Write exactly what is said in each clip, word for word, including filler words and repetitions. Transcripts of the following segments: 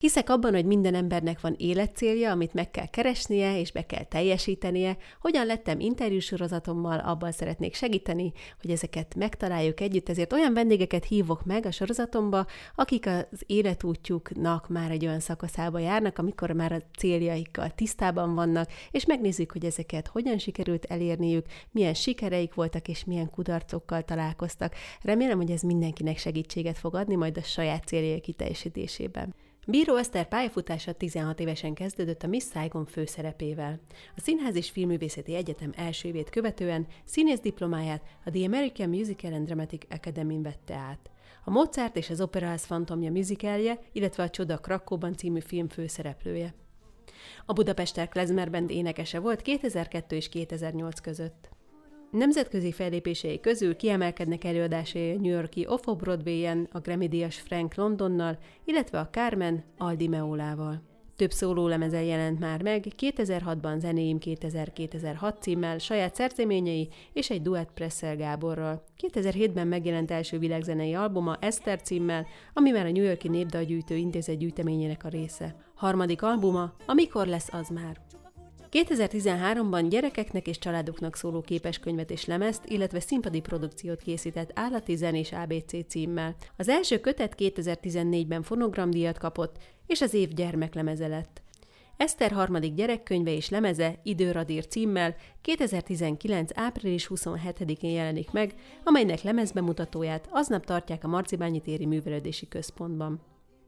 Hiszek abban, hogy minden embernek van életcélja, amit meg kell keresnie és be kell teljesítenie. Hogyan lettem interjúsorozatommal, abban szeretnék segíteni, hogy ezeket megtaláljuk együtt, ezért olyan vendégeket hívok meg a sorozatomba, akik az életútjuknak már egy olyan szakaszába járnak, amikor már a céljaikkal tisztában vannak, és megnézzük, hogy ezeket hogyan sikerült elérniük, milyen sikereik voltak, és milyen kudarcokkal találkoztak. Remélem, hogy ez mindenkinek segítséget fog adni majd a saját céljai kiteljesítésében. Bíró Eszter pályafutása tizenhat évesen kezdődött a Miss Saigon főszerepével. A Színház és Filmművészeti Egyetem első évét követően színész diplomáját a The American Musical and Dramatic Academy-n vette át. A Mozart és az Opera House Fantomja musicalje, illetve a Csoda Krakóban című film főszereplője. A Budapester Klezmer Band énekese volt kétezer-kettő és kétezer-nyolc között. Nemzetközi fellépései közül kiemelkednek előadásai a New York-i Off-Broadway-en a Grammy-díjas Frank Londonnal, illetve a Carmen Aldi Meolával. Több szólólemezen jelent már meg, kétezer-hatban Zenéim kétezer-kétezer-hat címmel, saját szerzeményei és egy duett Pressel Gáborral. kétezer-hétben megjelent első világzenei albuma Eszter címmel, ami már a New York-i Népdalgyűjtő Intézet gyűjteményének a része. Harmadik albuma Amikor lesz az már. kétezer-tizenháromban gyerekeknek és családoknak szóló képeskönyvet és lemezt, illetve színpadi produkciót készített Állati zenés á bé cé címmel. Az első kötet kétezer-tizennégyben fonogramdíjat kapott, és az év gyermeklemeze lett. Eszter harmadik gyerekkönyve és lemeze Időradír címmel kétezer-tizenkilenc április huszonhetedikén jelenik meg, amelynek lemezbemutatóját aznap tartják a Marcibányi téri művelődési központban.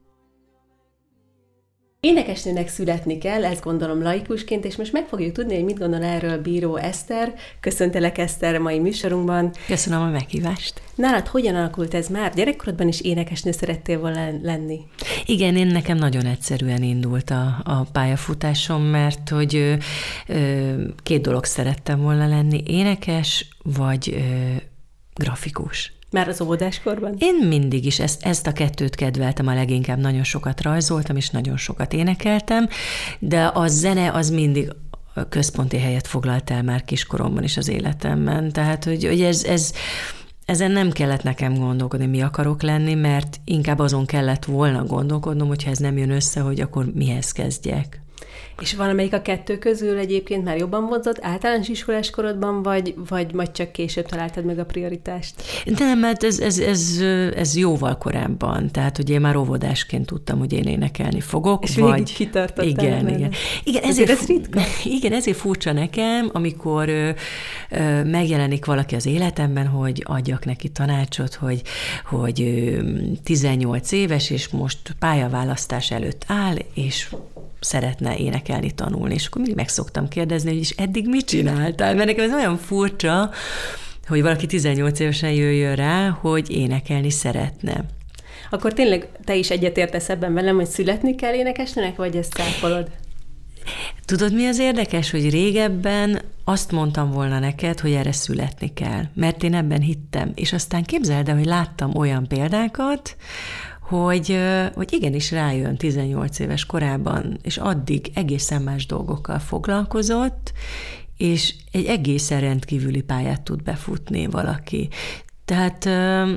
Énekesnőnek születni kell, ezt gondolom laikusként, és most meg fogjuk tudni, hogy mit gondol erről Bíró Eszter. Köszöntelek, Eszter, a mai műsorunkban. Köszönöm a meghívást. Nálad hogyan alakult ez már? Gyerekkorodban is énekesnő szerettél volna lenni? Igen, én nekem nagyon egyszerűen indult a, a pályafutásom, mert hogy ö, ö, két dolog szerettem volna lenni, énekes vagy ö, grafikus. Már az óvodáskorban? Én mindig is ezt, ezt a kettőt kedveltem a leginkább, nagyon sokat rajzoltam, és nagyon sokat énekeltem, de a zene az mindig központi helyet foglalt el már kiskoromban is az életemben. Tehát, hogy, hogy ez, ez, ezen nem kellett nekem gondolkodni, mi akarok lenni, mert inkább azon kellett volna gondolkodnom, hogyha ez nem jön össze, hogy akkor mihez kezdjek. És valamelyik a kettő közül egyébként már jobban vonzott általános iskolás korodban, vagy, vagy majd csak később találtad meg a prioritást? Nem, mert ez, ez, ez, ez jóval korábban. Tehát, hogy én már óvodásként tudtam, hogy én énekelni fogok. És vagy... végig kitartottál. Igen, benne. igen. Igen, ezért, ez ritka? Igen, ezért furcsa nekem, amikor ö, ö, megjelenik valaki az életemben, hogy adjak neki tanácsot, hogy, hogy ö, tizennyolc éves, és most pályaválasztás előtt áll, és szeretne énekelni, tanulni, és akkor mindig meg szoktam kérdezni, hogy is eddig mit csináltál? Mert nekem ez olyan furcsa, hogy valaki tizennyolc évesen jöjjön rá, hogy énekelni szeretne. Akkor tényleg te is egyetértesz ebben velem, hogy születni kell énekesnőnek, vagy ezt cáfolod? Tudod, mi az érdekes, hogy régebben azt mondtam volna neked, hogy erre születni kell, mert én ebben hittem. És aztán képzeld el, hogy láttam olyan példákat, hogy, hogy igenis rájön tizennyolc éves korában, és addig egészen más dolgokkal foglalkozott, és egy egészen rendkívüli pályát tud befutni valaki. Tehát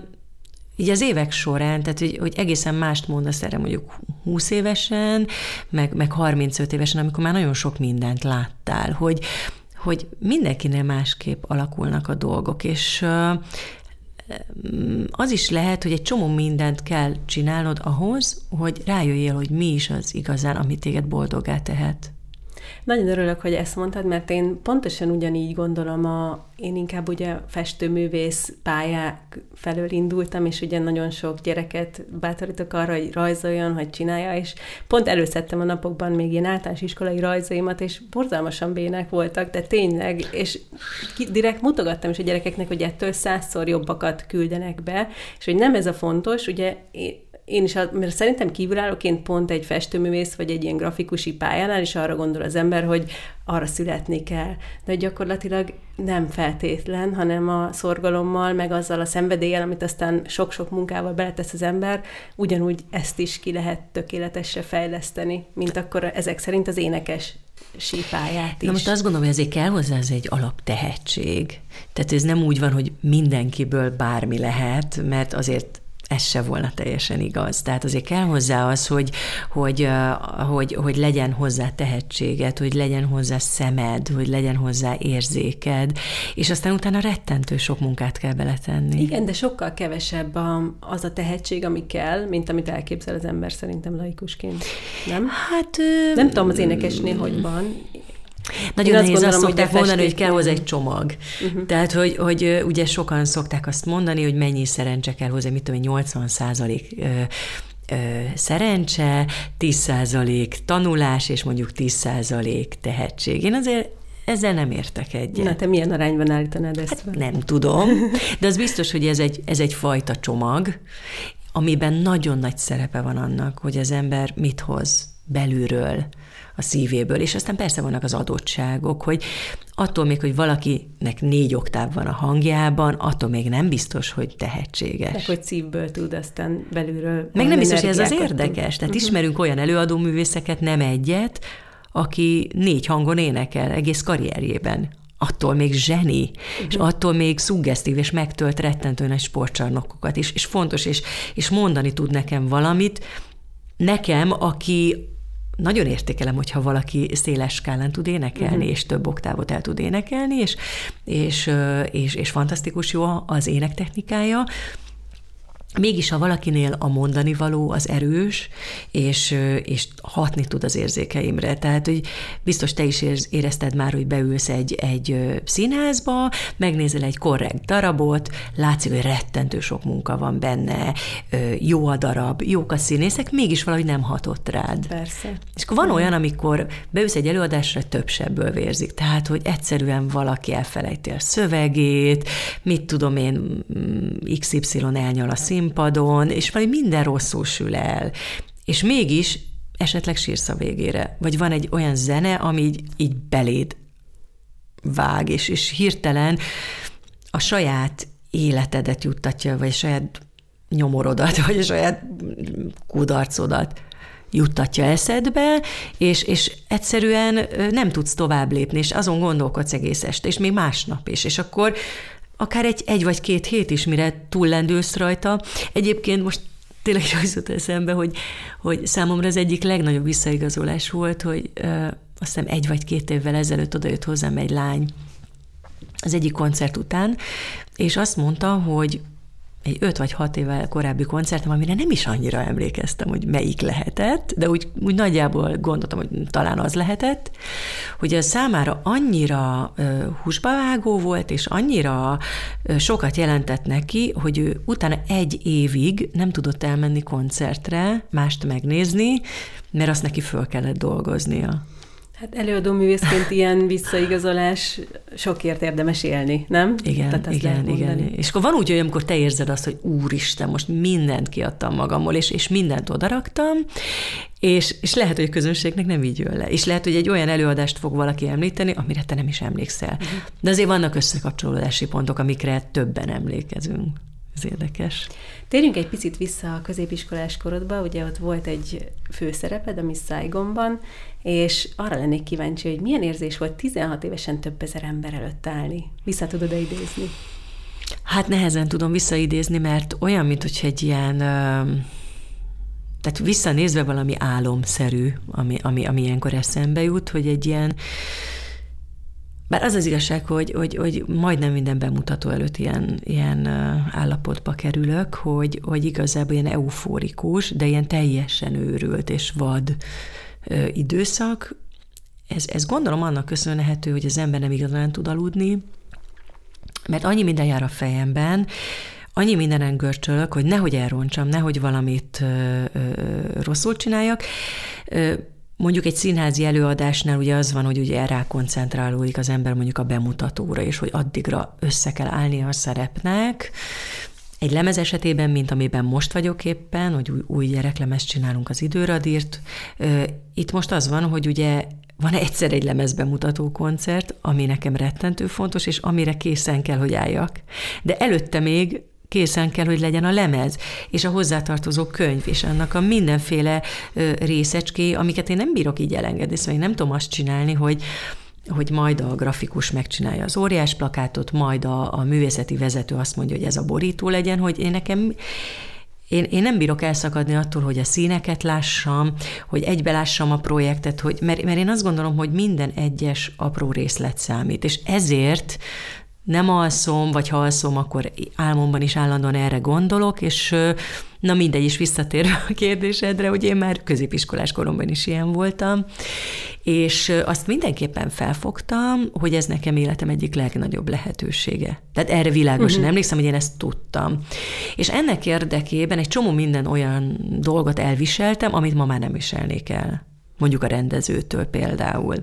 így az évek során, tehát hogy, hogy egészen mást mondasz erre mondjuk húsz évesen, meg, meg harmincöt évesen, amikor már nagyon sok mindent láttál, hogy, hogy mindenkinél másképp alakulnak a dolgok, és az is lehet, hogy egy csomó mindent kell csinálnod ahhoz, hogy rájöjjél, hogy mi is az igazán, ami téged boldoggá tehet. Nagyon örülök, hogy ezt mondtad, mert én pontosan ugyanígy gondolom, a, én inkább ugye festőművész pályák felől indultam, és ugye nagyon sok gyereket bátorítok arra, hogy rajzoljon, hogy csinálja, és pont előszedtem a napokban még ilyen általános iskolai rajzaimat, és borzalmasan bének voltak, de tényleg, és direkt mutogattam is a gyerekeknek, hogy ettől százszor jobbakat küldenek be, és hogy nem ez a fontos, ugye én is, mert szerintem kívülállóként pont egy festőművész, vagy egy ilyen grafikusi pályánál is arra gondol az ember, hogy arra születni kell. De gyakorlatilag nem feltétlen, hanem a szorgalommal, meg azzal a szenvedéllyel, amit aztán sok-sok munkával beletesz az ember, ugyanúgy ezt is ki lehet tökéletesre fejleszteni, mint akkor ezek szerint az énekes sípáját is. Na most azt gondolom, hogy ezért kell hozzá ez egy alaptehetség. Tehát ez nem úgy van, hogy mindenkiből bármi lehet, mert azért ez se volna teljesen igaz. Tehát azért kell hozzá az, hogy, hogy, hogy, hogy legyen hozzá tehetséged, hogy legyen hozzá szemed, hogy legyen hozzá érzéked, és aztán utána rettentő sok munkát kell beletenni. Igen, de sokkal kevesebb az a tehetség, ami kell, mint amit elképzel az ember szerintem laikusként. Nem? Hát... Nem tudom, az énekesnél hogy van. Nagyon nehéz azt, azt szokták mondani, hogy kell hozzá egy csomag. Uh-huh. Tehát, hogy, hogy ugye sokan szokták azt mondani, hogy mennyi szerencse kell hozzá, mit tudom, nyolcvan százalék ö, ö, szerencse, tíz százalék tanulás, és mondjuk tíz százalék tehetség. Én azért ezzel nem értek egyet. Na, te milyen arányban állítanád ezt? Hát nem tudom, de az biztos, hogy ez egy, ez egy fajta csomag, amiben nagyon nagy szerepe van annak, hogy az ember mit hoz belülről, a szívéből, és aztán persze vannak az adottságok, hogy attól még, hogy valakinek négy oktáv van a hangjában, attól még nem biztos, hogy tehetséges. Meg hogy szívből tud, aztán belülről... Meg nem biztos, hogy ez az érdekes. Tud. Tehát uh-huh. ismerünk olyan előadóművészeket, nem egyet, aki négy hangon énekel egész karrierjében. Attól még zseni, uh-huh. és attól még szuggesztív, és megtölt rettentő nagy sportcsarnokokat is, és fontos, és, és mondani tud nekem valamit. Nekem, aki nagyon értékelem, hogyha valaki széles skálán tud énekelni, uh-huh. és több oktávot el tud énekelni, és, és, és, és fantasztikus jó az énektechnikája. Mégis, ha valakinél a mondani való az erős, és, és hatni tud az érzékeimre. Tehát, hogy biztos te is érezted már, hogy beülsz egy, egy színházba, megnézel egy korrekt darabot, látszik, hogy rettentő sok munka van benne, jó a darab, jók a színészek, mégis valahogy nem hatott rád. Persze. És akkor van olyan, amikor beülsz egy előadásra, több sebből vérzik. Tehát, hogy egyszerűen valaki elfelejti a szövegét, mit tudom én, iksz ipszilon elnyal a szín színpadon, és valami minden rosszul sül el. És mégis esetleg sírsz a végére. Vagy van egy olyan zene, ami így, így beléd vág, és, és hirtelen a saját életedet juttatja, vagy a saját nyomorodat, vagy a saját kudarcodat juttatja eszedbe, és, és egyszerűen nem tudsz tovább lépni, és azon gondolkodsz egész este, és még másnap is. És akkor akár egy, egy vagy két hét is, mire túllendülsz rajta. Egyébként most tényleg az jut eszembe, hogy, hogy számomra az egyik legnagyobb visszaigazolás volt, hogy ö, azt hiszem egy vagy két évvel ezelőtt odajött hozzám egy lány az egyik koncert után, és azt mondta, hogy egy öt vagy hat évvel korábbi koncertem, amire nem is annyira emlékeztem, hogy melyik lehetett, de úgy, úgy nagyjából gondoltam, hogy talán az lehetett, hogy az számára annyira uh, húsbavágó volt, és annyira uh, sokat jelentett neki, hogy ő utána egy évig nem tudott elmenni koncertre, mást megnézni, mert azt neki föl kellett dolgoznia. Hát előadó művészként ilyen visszaigazolás sokért érdemes élni, nem? Igen, igen, igen. És akkor van úgy, hogy amikor te érzed azt, hogy úristen, most mindent kiadtam magamból, és, és mindent odaraktam, és, és lehet, hogy a közönségnek nem így jön le. És lehet, hogy egy olyan előadást fog valaki említeni, amire te nem is emlékszel. Uh-huh. De azért vannak összekapcsolódási pontok, amikre többen emlékezünk. Ez érdekes. Térjünk egy picit vissza a középiskolás korodba, ugye ott volt egy főszereped, a Miss Saigonban, és arra lennék kíváncsi, hogy milyen érzés volt tizenhat évesen több ezer ember előtt állni. Vissza tudod-e idézni? Hát nehezen tudom visszaidézni, mert olyan, mint hogy egy ilyen, tehát visszanézve valami álomszerű, ami, ami, ami ilyenkor eszembe jut, hogy egy ilyen, bár az az igazság, hogy, hogy, hogy majdnem minden bemutató előtt ilyen, ilyen állapotba kerülök, hogy, hogy igazából ilyen eufórikus, de ilyen teljesen őrült és vad ö, időszak. Ez, ez gondolom annak köszönhető, hogy az ember nem igazán tud aludni, mert annyi minden jár a fejemben, annyi mindenen görcsölök, hogy nehogy elrontsam, nehogy valamit ö, ö, rosszul csináljak. Ö, Mondjuk egy színházi előadásnál ugye az van, hogy ugye rákoncentrálódik az ember mondjuk a bemutatóra, és hogy addigra össze kell állnia a szerepnek. Egy lemez esetében, mint amiben most vagyok éppen, hogy új, új gyereklemezt csinálunk az Időradírt, itt most az van, hogy ugye van egyszer egy lemezbemutató koncert, ami nekem rettentő fontos, és amire készen kell, hogy álljak. De előtte még készen kell, hogy legyen a lemez, és a hozzátartozó könyv, és annak a mindenféle ö, részecské, amiket én nem bírok így elengedni, szóval én nem tudom azt csinálni, hogy hogy majd a grafikus megcsinálja az óriás plakátot, majd a, a művészeti vezető azt mondja, hogy ez a borító legyen, hogy én nekem én, én nem bírok elszakadni attól, hogy a színeket lássam, hogy egybelássam a projektet, hogy, mert, mert én azt gondolom, hogy minden egyes apró részlet számít, és ezért nem alszom, vagy ha alszom, akkor álmomban is állandóan erre gondolok, és na mindegy, is visszatérve a kérdésedre, hogy én már középiskolás koromban is ilyen voltam, és azt mindenképpen felfogtam, hogy ez nekem életem egyik legnagyobb lehetősége. Tehát erre világosan uh-huh. emlékszem, hogy én ezt tudtam. És ennek érdekében egy csomó minden olyan dolgot elviseltem, amit ma már nem viselnék el. Mondjuk a rendezőtől például.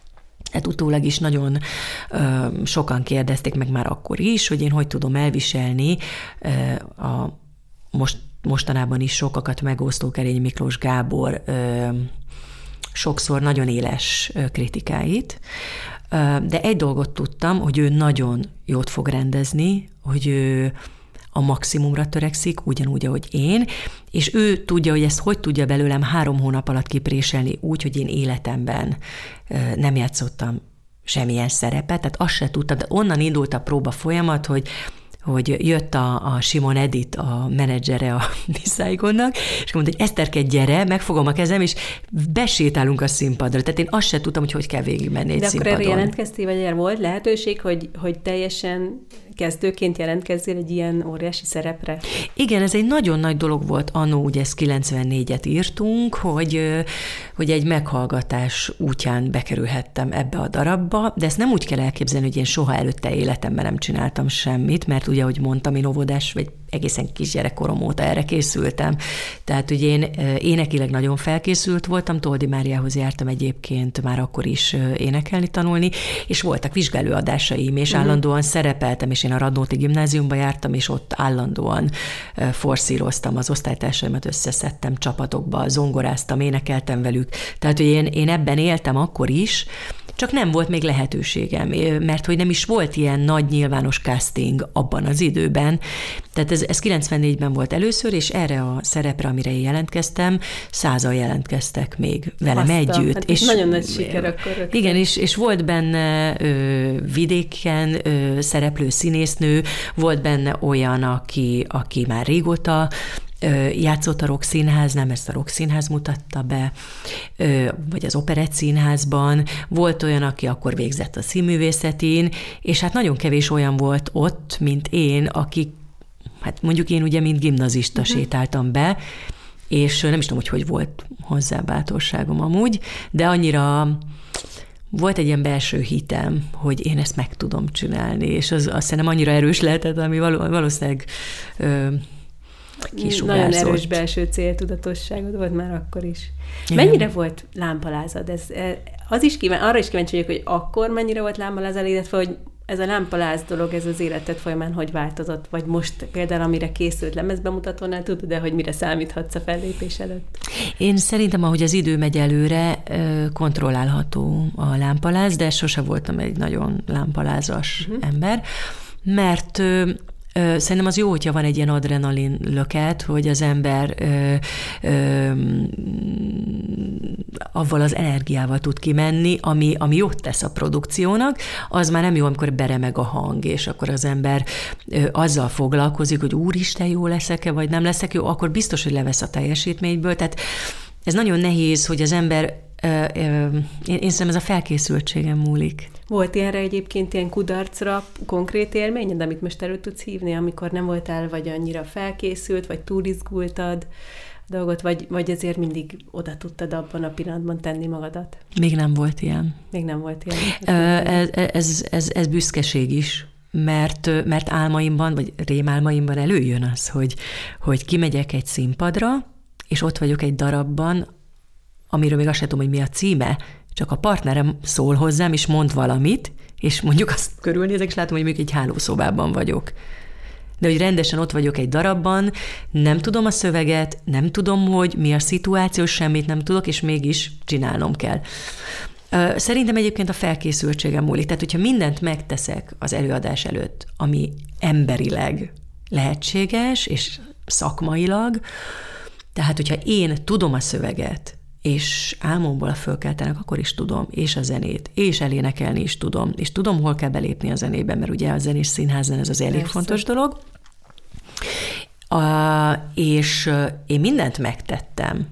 Hát utólag is nagyon ö, sokan kérdezték meg már akkor is, hogy én hogy tudom elviselni ö, a most, mostanában is sokakat megosztó Kerényi Miklós Gábor ö, sokszor nagyon éles ö, kritikáit, ö, de egy dolgot tudtam, hogy ő nagyon jót fog rendezni, hogy ő a maximumra törekszik, ugyanúgy, ahogy én, és ő tudja, hogy ezt hogy tudja belőlem három hónap alatt kipréselni úgy, hogy én életemben nem játszottam semmilyen szerepet, tehát azt se tudtam, de onnan indult a próba folyamat, hogy hogy jött a, a Simon Edith, a menedzsere a Saigonnak, és mondta, hogy Eszterke, gyere, megfogom a kezem, és besétálunk a színpadra. Tehát én azt se tudtam, hogy hogy kell végigmenni egy de színpadon. De akkor erre jelentkeztél, vagy erre volt lehetőség, hogy, hogy teljesen kezdőként jelentkezzél egy ilyen óriási szerepre? Igen, ez egy nagyon nagy dolog volt annó, ugye ezt kilencvennégyet írtunk, hogy, hogy egy meghallgatás útján bekerülhettem ebbe a darabba, de ezt nem úgy kell elképzelni, hogy én soha előtte életemben nem csináltam semmit, mert ugye, ahogy mondtam, én óvodás, vagy egészen kisgyerekkorom óta erre készültem. Tehát ugye én énekileg nagyon felkészült voltam, Toldi Máriához jártam egyébként már akkor is énekelni, tanulni, és voltak vizsgálóadásaim, és uh-huh. állandóan szerepeltem, és én a Radnóti Gimnáziumba jártam, és ott állandóan forszíroztam az osztálytársaimat, összeszedtem csapatokba, zongoráztam, énekeltem velük. Tehát, hogy én, én ebben éltem akkor is, csak nem volt még lehetőségem, mert hogy nem is volt ilyen nagy nyilvános casting abban az időben. Tehát ez, ez kilencvennégyben volt először, és erre a szerepre, amire én jelentkeztem, százan jelentkeztek még velem Aztán, együtt. Hát és nagyon nagy siker akkor. Igen, és, és volt benne ö, vidéken ö, szereplő színésznő, volt benne olyan, aki, aki már régóta játszott a Rock Színháznál, ezt a Rock Színház mutatta be, vagy az Operett Színházban, volt olyan, aki akkor végzett a színművészetén, és hát nagyon kevés olyan volt ott, mint én, aki, hát mondjuk én ugye, mint gimnazista uh-huh. sétáltam be, és nem is tudom, hogy hogy volt hozzá bátorságom amúgy, de annyira volt egy ilyen belső hitem, hogy én ezt meg tudom csinálni, és az azt hiszem annyira erős lehetett, ami valószínűleg ö, nagyon erős belső céltudatosságod volt már akkor is. Igen. Mennyire volt lámpalázad? Ez, az is kíván, arra is kíváncsi vagyok, hogy akkor mennyire volt lámpalázad, illetve hogy ez a lámpaláz dolog, ez az életed folyamán hogy változott? Vagy most például, amire készült lemezbemutatónál, tudod-e, hogy mire számíthatsz a fellépés előtt? Én szerintem, ahogy az idő megy előre, kontrollálható a lámpaláz, de sose voltam egy nagyon lámpalázas uh-huh. ember, mert szerintem az jó, hogyha van egy ilyen adrenalin löket, hogy az ember ö, ö, avval az energiával tud kimenni, ami, ami jót tesz a produkciónak, az már nem jó, amikor beremeg a hang, és akkor az ember ö, azzal foglalkozik, hogy úristen, jó leszek-e, vagy nem leszek jó, akkor biztos, hogy levesz a teljesítményből. Tehát ez nagyon nehéz, hogy az ember, ö, ö, én, én szerintem ez a felkészültségem múlik. Volt ilyenre egyébként ilyen kudarcra konkrét élményed, amit most elő tudsz hívni, amikor nem voltál vagy annyira felkészült, vagy túl izgultad a dolgot, vagy, vagy azért mindig oda tudtad abban a pillanatban tenni magadat? Még nem volt ilyen. Még nem volt ilyen. Ez, ez, ez, ez büszkeség is, mert, mert álmaimban, vagy rémálmaimban előjön az, hogy, hogy kimegyek egy színpadra, és ott vagyok egy darabban, amiről még azt sem tudom, hogy mi a címe, csak a partnerem szól hozzám, és mond valamit, és mondjuk azt körülnézek, és látom, hogy még egy hálószobában vagyok. De hogy rendesen ott vagyok egy darabban, nem tudom a szöveget, nem tudom, hogy mi a szituáció, semmit nem tudok, és mégis csinálnom kell. Szerintem egyébként a felkészültségem múlik. Tehát, hogyha mindent megteszek az előadás előtt, ami emberileg lehetséges, és szakmailag, tehát, hogyha én tudom a szöveget, és álmomból a fölkeltenek, akkor is tudom, és a zenét, és elénekelni is tudom, és tudom, hol kell belépni a zenében, mert ugye a zenés színháznál ez az elég Persze. fontos dolog, A, és én mindent megtettem.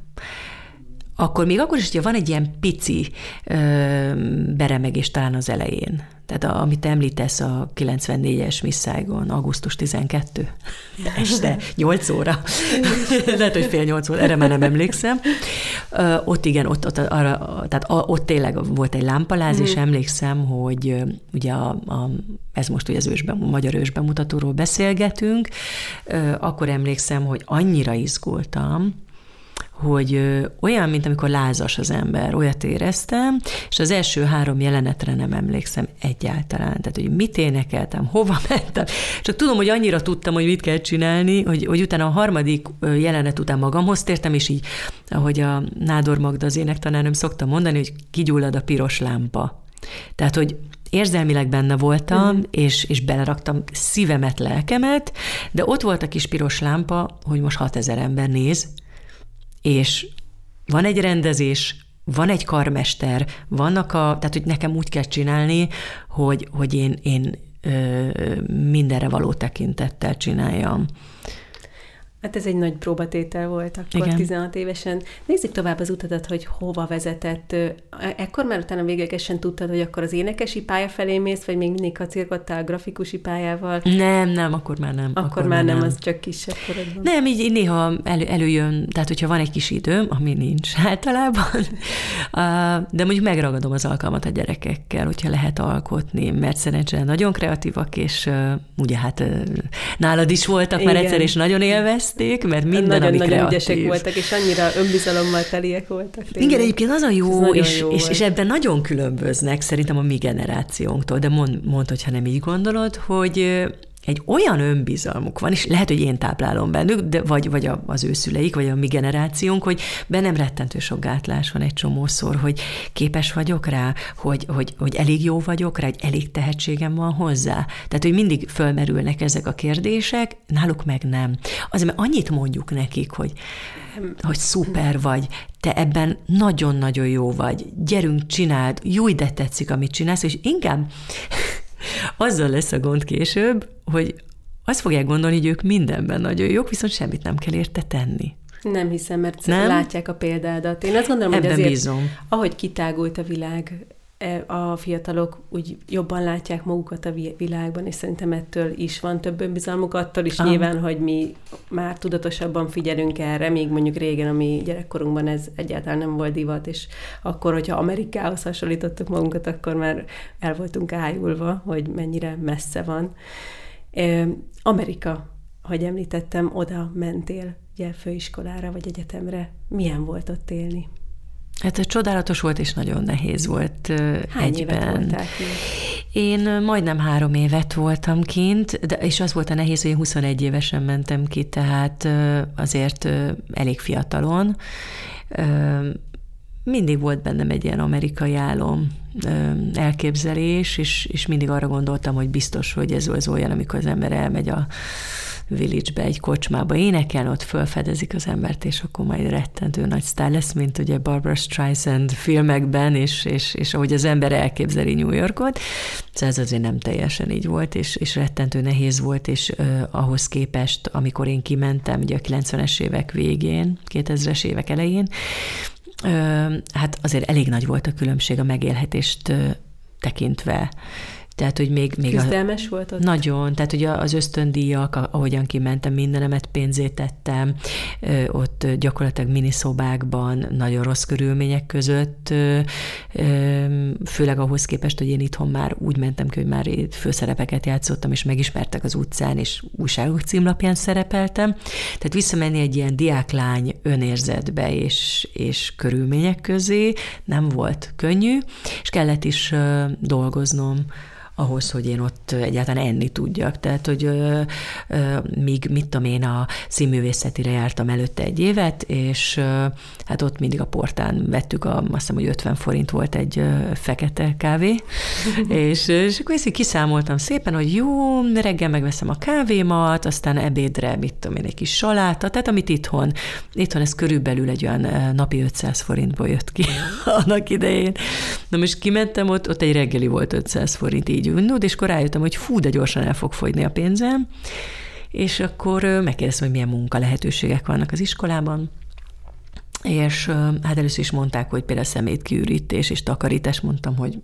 Akkor még akkor is, hogyha van egy ilyen pici ö, beremegés talán az elején. Tehát a, amit említesz, a kilencvennégyes Miss Saigon, augusztus tizenkettő este, nyolc óra. Lehet, hogy fél nyolc óra, erre már nem emlékszem. Ö, ott igen, ott, ott, arra, tehát a, ott tényleg volt egy lámpaláz, mm. és emlékszem, hogy ugye a, a, ez most ugye az ősben, magyar ősbemutatóról beszélgetünk, ö, akkor emlékszem, hogy annyira izgultam, hogy ö, olyan, mint amikor lázas az ember, olyat éreztem, és az első három jelenetre nem emlékszem egyáltalán. Tehát, hogy mit énekeltem, hova mentem. Csak tudom, hogy annyira tudtam, hogy mit kell csinálni, hogy, hogy utána a harmadik jelenet után magamhoz tértem, és így, ahogy a Nádor Magda, az énektanárnőm szokta mondani, hogy kigyullad a piros lámpa. Tehát, hogy érzelmileg benne voltam, mm. és, és beleraktam szívemet, lelkemet, de ott volt a kis piros lámpa, hogy most hatezer ember néz, és van egy rendezés, van egy karmester, vannak a, tehát, hogy nekem úgy kell csinálni, hogy, hogy én, én ö, mindenre való tekintettel csináljam. Hát ez egy nagy próbatétel volt akkor, igen. tizenhat évesen. Nézzük tovább az utadat, hogy hova vezetett. Ekkor már utána véglegesen tudtad, hogy akkor az énekesi pálya felé mész, vagy még mindig kacérkodtál a grafikusi pályával? Nem, nem, akkor már nem. Akkor, akkor már nem, nem, az csak kisebb korodban. Nem, így néha elő, előjön, tehát hogyha van egy kis időm, ami nincs általában, de mondjuk megragadom az alkalmat a gyerekekkel, hogyha lehet alkotni, mert szerencsére nagyon kreatívak, és ugye hát nálad is voltak igen. már egyszer, és nagyon élvezték, mert minden, nagyon, ami nagyon kreatív. ügyesek voltak, és annyira önbizalommal teliek voltak. Tényleg. Igen, egyébként az a jó, és, jó és, és ebben nagyon különböznek szerintem a mi generációnktól, de mond, mondd, hogyha nem így gondolod, hogy egy olyan önbizalmuk van, és lehet, hogy én táplálom bennük, de vagy, vagy az ő szüleik, vagy a mi generációnk, hogy bennem rettentő sok gátlás van egy csomószor, hogy képes vagyok rá, hogy, hogy, hogy elég jó vagyok rá, hogy elég tehetségem van hozzá. Tehát, hogy mindig fölmerülnek ezek a kérdések, náluk meg nem. Azért, mert annyit mondjuk nekik, hogy, hogy szuper vagy, te ebben nagyon-nagyon jó vagy, gyerünk, csináld, jó, de tetszik, amit csinálsz, és inkább azzal lesz a gond később, hogy azt fogják gondolni, hogy ők mindenben nagyon jók, viszont semmit nem kell érte tenni. Nem hiszem, mert nem? látják a példádat. Én azt gondolom, Ebben hogy azért, bízom. ahogy kitágult a világ, a fiatalok úgy jobban látják magukat a világban, és szerintem ettől is van több önbizalmuk, attól is ah. nyilván, hogy mi már tudatosabban figyelünk erre, még mondjuk régen, a mi gyerekkorunkban ez egyáltalán nem volt divat, és akkor, hogyha Amerikához hasonlítottuk magunkat, akkor már el voltunk ájulva, hogy mennyire messze van. Amerika, ahogy említettem, oda mentél, ugye főiskolára vagy egyetemre. Milyen volt ott élni? Hát ez csodálatos volt, és nagyon nehéz volt Hány egyben. Évet voltál kint? Én majdnem három évet voltam kint, de, és az volt a nehéz, hogy én huszonegy évesen mentem ki, tehát azért elég fiatalon. Mindig volt bennem egy ilyen amerikai álom, elképzelés, és, és mindig arra gondoltam, hogy biztos, hogy ez az olyan, amikor az ember elmegy a Village-be, egy kocsmába énekelni, ott felfedezik az embert, és akkor majd rettentő nagy sztár lesz, mint ugye Barbara Streisand filmekben, és, és, és ahogy az ember elképzeli New Yorkot. Szóval ez azért nem teljesen így volt, és, és rettentő nehéz volt, és uh, ahhoz képest, amikor én kimentem, ugye a kilencvenes évek végén, kétezres évek elején, uh, hát azért elég nagy volt a különbség a megélhetést uh, tekintve. Tehát, hogy még... még Küzdelmes volt ott? Nagyon. Tehát, hogy az ösztöndíjak, ahogyan kimentem, mindenemet pénzét tettem, ott gyakorlatilag miniszobákban, nagyon rossz körülmények között, főleg ahhoz képest, hogy én itthon már úgy mentem ki, hogy már főszerepeket játszottam, és megismertek az utcán, és újságok címlapján szerepeltem. Tehát visszamenni egy ilyen diáklány önérzetbe és, és körülmények közé nem volt könnyű, és kellett is dolgoznom ahhoz, hogy én ott egyáltalán enni tudjak. Tehát, hogy ö, ö, míg, mit tudom én, a színművészetire jártam előtte egy évet, és ö, hát ott mindig a portán vettük, a, azt hiszem, hogy ötven forint volt egy ö, fekete kávé, és, és akkor ezt kiszámoltam szépen, hogy jó, reggel megveszem a kávémat, aztán ebédre, mit tudom én, egy kis saláta, tehát amit itthon, itthon ez körülbelül egy olyan napi ötszáz forintból jött ki annak idején. Na most kimentem, ott, ott egy reggeli volt ötszáz forint, így ünnud, és akkor rájöttem, hogy fú, de gyorsan el fog fogyni a pénzem, és akkor megkérdeztem, hogy milyen munka lehetőségek vannak az iskolában, és hát először is mondták, hogy például szemétkiürítés és takarítás, mondtam, hogy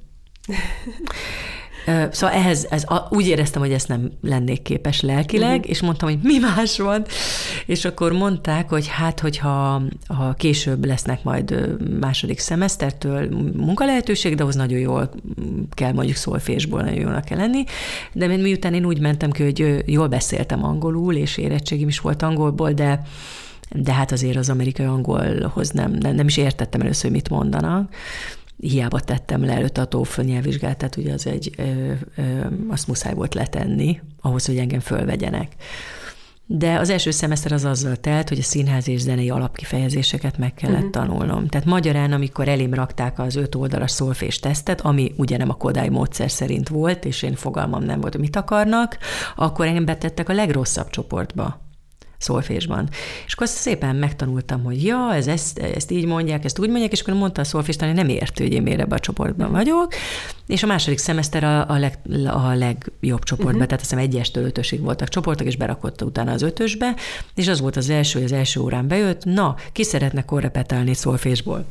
Szóval ehhez, ez, úgy éreztem, hogy ezt nem lennék képes lelkileg, uh-huh. és mondtam, hogy mi más van, és akkor mondták, hogy hát, hogyha ha később lesznek majd második szemesztertől munkalehetőség, de ahhoz nagyon jól kell mondjuk szolfésból, nagyon jólnak kell lenni, de miután én úgy mentem ki, hogy jól beszéltem angolul, és érettségim is volt angolból, de de hát azért az amerikai angolhoz nem, nem, nem is értettem először, hogy mit mondanak. Hiába tettem le előtt a TOEFL nyelvvizsgát, tehát ugye az egy, ö, ö, azt muszáj volt letenni, ahhoz, hogy engem fölvegyenek. De az első szemeszter az azzal telt, hogy a színház és zenei alapkifejezéseket meg kellett uh-huh. tanulnom. Tehát magyarán, amikor elém rakták az öt oldalas szolfés tesztet, ami ugye nem a Kodály módszer szerint volt, és én fogalmam nem volt, hogy mit akarnak, akkor engem betettek a legrosszabb csoportba. Szolfésban. És akkor szépen megtanultam, hogy ja, ez, ezt, ezt így mondják, ezt úgy mondják, és akkor mondta a szolféstan, hogy nem értő, hogy én miért ebben a csoportban vagyok. És a második szemeszter a, a, leg, a legjobb csoportban, uh-huh. tehát azt hiszem egyestől ötösig voltak csoportok, és berakotta utána az ötösbe, és az volt az első, hogy az első órán bejött, na, ki szeretne korrepetálni szolfésból?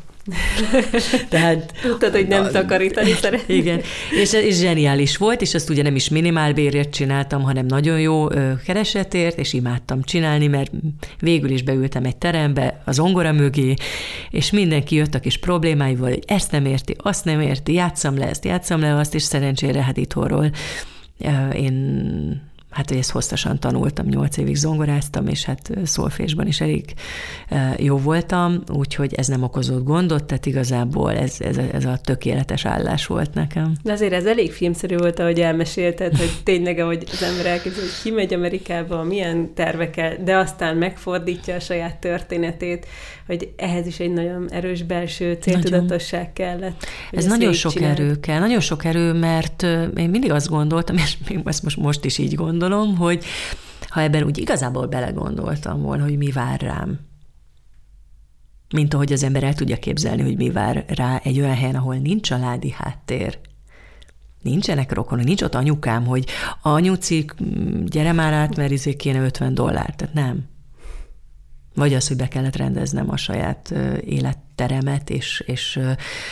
Tehát, tudtad, hogy nem takarítani szeretnél. Igen, és, és zseniális volt, és azt ugye nem is minimálbérért csináltam, hanem nagyon jó keresetért, és imádtam csinálni, mert végül is beültem egy terembe, az zongora mögé, és mindenki jött a kis problémáival, hogy ezt nem érti, azt nem érti, játsszam le ezt, játsszam le azt, és szerencsére hát itthonról én... Hát, hogy ezt hosszasan tanultam, nyolc évig zongoráztam, és hát szolfésban is elég jó voltam, úgyhogy ez nem okozott gondot, tehát igazából ez, ez, ez a tökéletes állás volt nekem. De azért ez elég filmszerű volt, ahogy elmesélted, hogy tényleg, ahogy az ember elképzel, hogy kimegy Amerikába, milyen tervekkel, de aztán megfordítja a saját történetét, hogy ehhez is egy nagyon erős belső céltudatosság kellett. Ez nagyon sok csinált. erő kell, nagyon sok erő, mert én mindig azt gondoltam, és még ezt most, most is így gondolom, hogy ha ebben úgy igazából belegondoltam volna, hogy mi vár rám, mint ahogy az ember el tudja képzelni, hogy mi vár rá egy olyan helyen, ahol nincs családi háttér, nincsenek rokonok, nincs ott anyukám, hogy anyucik, gyere már át, mert izé kéne ötven dollár, tehát nem. Vagy az, hogy be kellett rendeznem a saját életteremet, és, és,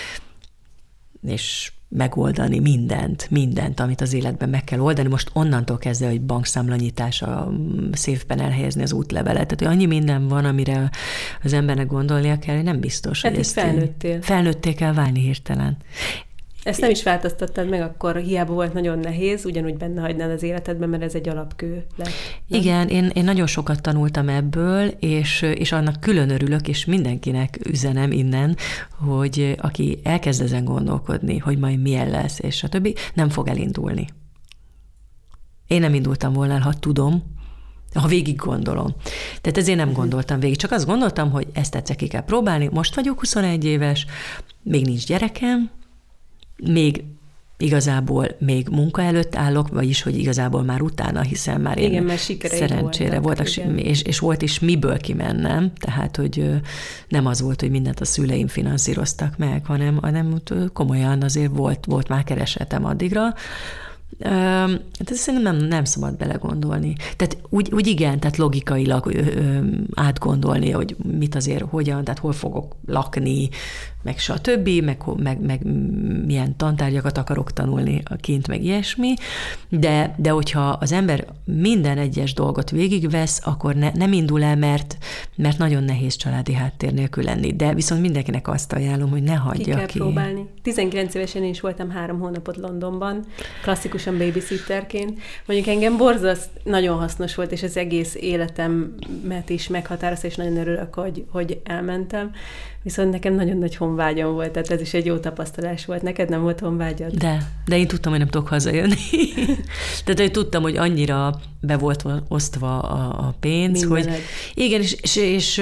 és megoldani mindent, mindent, amit az életben meg kell oldani. Most onnantól kezdve, hogy bankszámlanyítás, a széfben elhelyezni az útlevelet. Tehát, hogy annyi minden van, amire az embernek gondolnia kell, hogy nem biztos, hát hogy ezt felnőttél. Felnőtté kell válni hirtelen. Ezt nem is változtattad meg, akkor hiába volt nagyon nehéz, ugyanúgy benne hagynád az életedben, mert ez egy alapkő lett. Nem? Igen, én, én nagyon sokat tanultam ebből, és, és annak külön örülök, és mindenkinek üzenem innen, hogy aki elkezd ezen gondolkodni, hogy majd milyen lesz, és a többi, nem fog elindulni. Én nem indultam volna el, ha tudom, ha végig gondolom. Tehát ezért nem gondoltam végig, csak azt gondoltam, hogy ezt egyszer ki kell próbálni. Most vagyok huszonegy éves, még nincs gyerekem, még igazából még munka előtt állok, vagyis, hogy igazából már utána, hiszen már én igen, mert szerencsére voltak, voltak és, és volt is miből kimennem, tehát, hogy nem az volt, hogy mindent a szüleim finanszíroztak meg, hanem, hanem komolyan azért volt, volt már keresetem addigra. Hát szerintem nem, nem szabad belegondolni. Tehát úgy, úgy igen, tehát logikailag ö, ö, átgondolni, hogy mit azért, hogyan, tehát hol fogok lakni, meg stb., meg, meg, meg milyen tantárgyakat akarok tanulni kint, meg ilyesmi, de, de hogyha az ember minden egyes dolgot végigvesz, akkor ne, nem indul el, mert, mert nagyon nehéz családi háttér nélkül lenni, de viszont mindenkinek azt ajánlom, hogy ne hagyja ki. Ki kell ki. próbálni. tizenkilenc évesen én is voltam három hónapot Londonban, klasszikusan babysitterként. Mondjuk engem borzaszt nagyon hasznos volt, és az egész életemet is meghatározta, és nagyon örülök, hogy, hogy elmentem. Viszont nekem nagyon nagy honvágyam volt, tehát ez is egy jó tapasztalás volt. Neked nem volt honvágyad? De, de én tudtam, hogy nem tudok hazajönni. Tehát én tudtam, hogy annyira be volt osztva a, a pénz, mindened. Hogy igen, és, és, és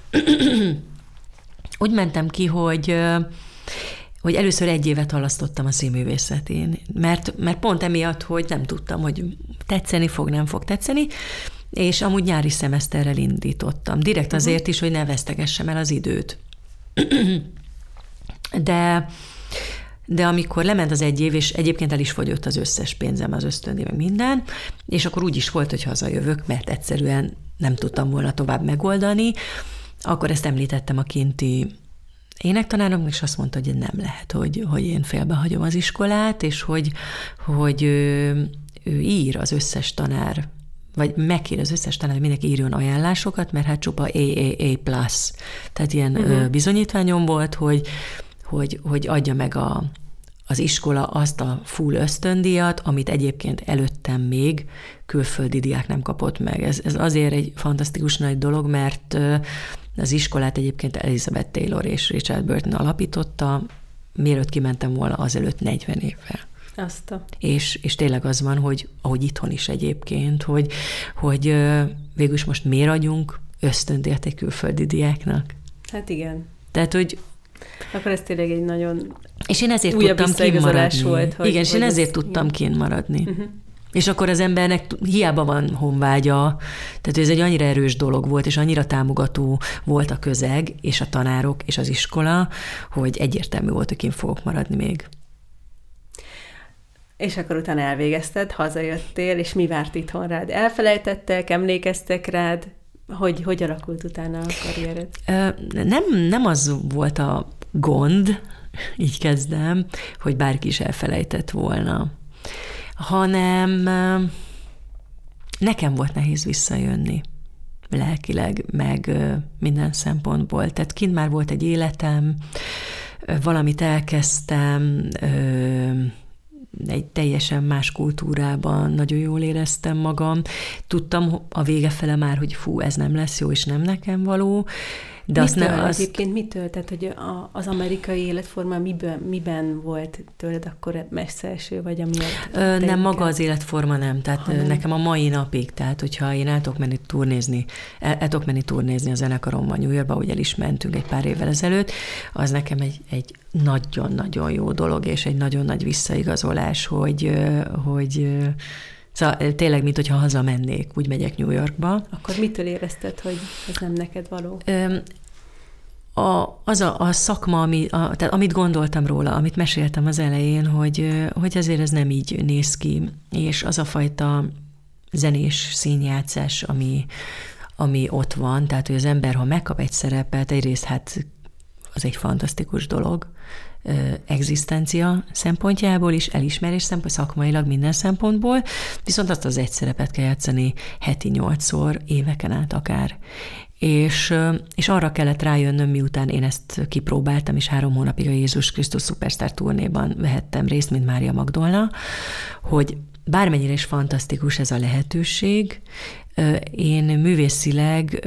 úgy mentem ki, hogy hogy először egy évet halasztottam a színművészetén, mert, mert pont emiatt, hogy nem tudtam, hogy tetszeni fog, nem fog tetszeni, és amúgy nyári szemeszterrel indítottam. Direkt azért uh-huh. is, hogy ne vesztegessem el az időt. De de amikor lement az egy év, és egyébként el is fogyott az összes pénzem, az ösztöndíj, meg minden, és akkor úgy is volt, hogy hazajövök, mert egyszerűen nem tudtam volna tovább megoldani, akkor ezt említettem a kinti énektanáromnak, és azt mondta, hogy nem lehet, hogy, hogy én félbehagyom az iskolát, és hogy, hogy ő, ő ír az összes tanár, vagy megkér az összes tanár, hogy mindenki írjon ajánlásokat, mert hát csupa á á á plusz, tehát ilyen uh-huh. bizonyítványom volt, hogy, hogy, hogy adja meg a, az iskola azt a full ösztöndíjat, amit egyébként előttem még külföldi diák nem kapott meg. Ez, ez azért egy fantasztikus nagy dolog, mert az iskolát egyébként Elizabeth Taylor és Richard Burton alapította, mielőtt kimentem volna azelőtt negyven évvel. Azt a... És, és tényleg az van, hogy ahogy itthon is egyébként, hogy, hogy végülis most miért adjunk ösztöndíjat egy külföldi diáknak? Hát igen. Tehát, hogy... Akkor ez tényleg egy nagyon és én ezért tudtam kimaradni. Volt, hogy, igen, és én ezért ez, tudtam igen. kimaradni. Uh-huh. És akkor az embernek hiába van honvágya, tehát ez egy annyira erős dolog volt, és annyira támogató volt a közeg, és a tanárok, és az iskola, hogy egyértelmű volt, hogy kint fogok maradni még. És akkor utána elvégezted, hazajöttél, és mi várt itthon rád? Elfelejtettek, emlékeztek rád? Hogy, hogy alakult utána a karriered? Nem, nem az volt a gond, így kezdem, hogy bárki is elfelejtett volna, hanem nekem volt nehéz visszajönni lelkileg, meg minden szempontból. Tehát kint már volt egy életem, valamit elkezdtem, egy teljesen más kultúrában nagyon jól éreztem magam. Tudtam a vége fele már, hogy fú, ez nem lesz jó, és nem nekem való. De mitől? azt ne, azt... Egyébként mitől? Tehát, hogy a, az amerikai életforma miben, miben volt tőled akkor messze eső, vagy amiatt? Ö, nem, maga az életforma nem. Tehát ha, nem. Nekem a mai napig, tehát hogyha én el tudok menni turnézni, el, el tudok menni turnézni a zenekarommal New Yorkba, ugye el is mentünk egy pár évvel ezelőtt, az nekem egy, egy nagyon-nagyon jó dolog, és egy nagyon nagy visszaigazolás, hogy, hogy szóval tényleg, mint hogyha hazamennék, úgy megyek New Yorkba. Akkor mitől érezted, hogy ez nem neked való? A, az a, a szakma, ami, a, tehát amit gondoltam róla, amit meséltem az elején, hogy, hogy azért ez nem így néz ki, és az a fajta zenés színjátszás, ami, ami ott van, tehát hogy az ember, ha megkap egy szerepet, egyrészt hát az egy fantasztikus dolog, egzisztencia szempontjából is, elismerés szempontból, szakmailag minden szempontból, viszont azt az egy szerepet kell játszani heti nyolcszor, éveken át akár. És, és arra kellett rájönnöm, miután én ezt kipróbáltam, és három hónapig a Jézus Krisztus Superstar turnéban vehettem részt, mint Mária Magdolna, hogy bármennyire is fantasztikus ez a lehetőség, én művészileg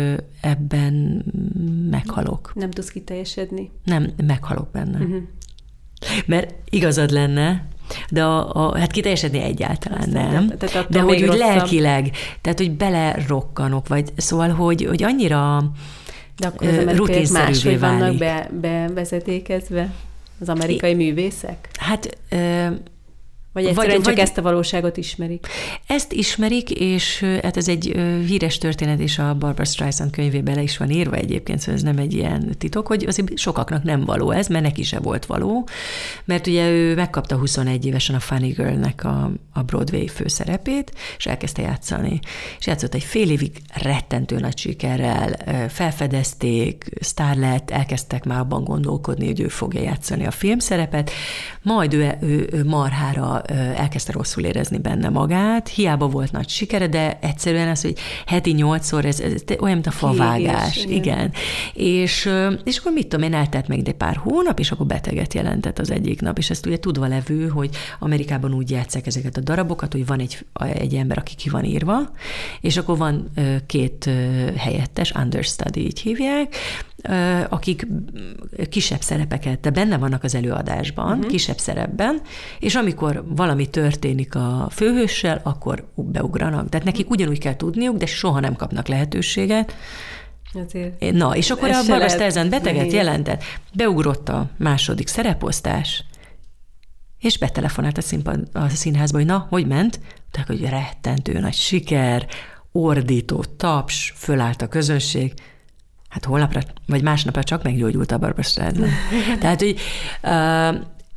ebben meghalok. Nem tudsz kiteljesedni? Nem, meghalok benne. Uh-huh. Mert igazad lenne, de a, a, hát kiteljesedni egyáltalán Aztán nem. De, de, de hogy úgy lelkileg, tehát hogy belerokkanok, vagy szóval, hogy, hogy annyira de akkor az amerikaiak máshogy vannak be, bevezetékezve az amerikai é, művészek? Hát... Vagy egyszerűen vagy, csak vagy, ezt a valóságot ismerik? Ezt ismerik, és hát ez egy híres történet, és a Barbra Streisand könyvében le is van írva egyébként, szóval ez nem egy ilyen titok, hogy azért sokaknak nem való ez, mert neki se volt való, mert ugye ő megkapta huszonegy évesen a Funny Girl-nek a, a Broadway főszerepét, és elkezdte játszani. És játszott egy fél évig rettentő nagy sikerrel, felfedezték, sztár lett, elkezdtek már abban gondolkodni, hogy ő fogja játszani a filmszerepet, majd ő, ő, ő marhára elkezdte rosszul érezni benne magát, hiába volt nagy sikere, de egyszerűen az, hogy heti nyolcszor, ez, ez olyan, mint a favágás. Kérés, igen. igen. És, és akkor mit tudom én, eltelt meg egy pár hónap, és akkor beteget jelentett az egyik nap, és ezt ugye tudva levő, hogy Amerikában úgy játsszák ezeket a darabokat, hogy van egy, egy ember, aki ki van írva, és akkor van két helyettes, understudy így hívják, akik kisebb szerepeket, de benne vannak az előadásban, uh-huh. kisebb szerepben, és amikor valami történik a főhőssel, akkor beugranak. Tehát nekik ugyanúgy kell tudniuk, de soha nem kapnak lehetőséget. Azért. Na, és akkor a Barbra Streisand beteget nehéz. jelentett, beugrott a második szereposztás, és betelefonált a, színpad, a színházba, hogy na, hogy ment? Tehát, hogy rettentő nagy siker, ordító, taps, fölállt a közönség. Hát holnapra, vagy másnapra csak meggyógyult a Barbra Streisand. Tehát, hogy uh,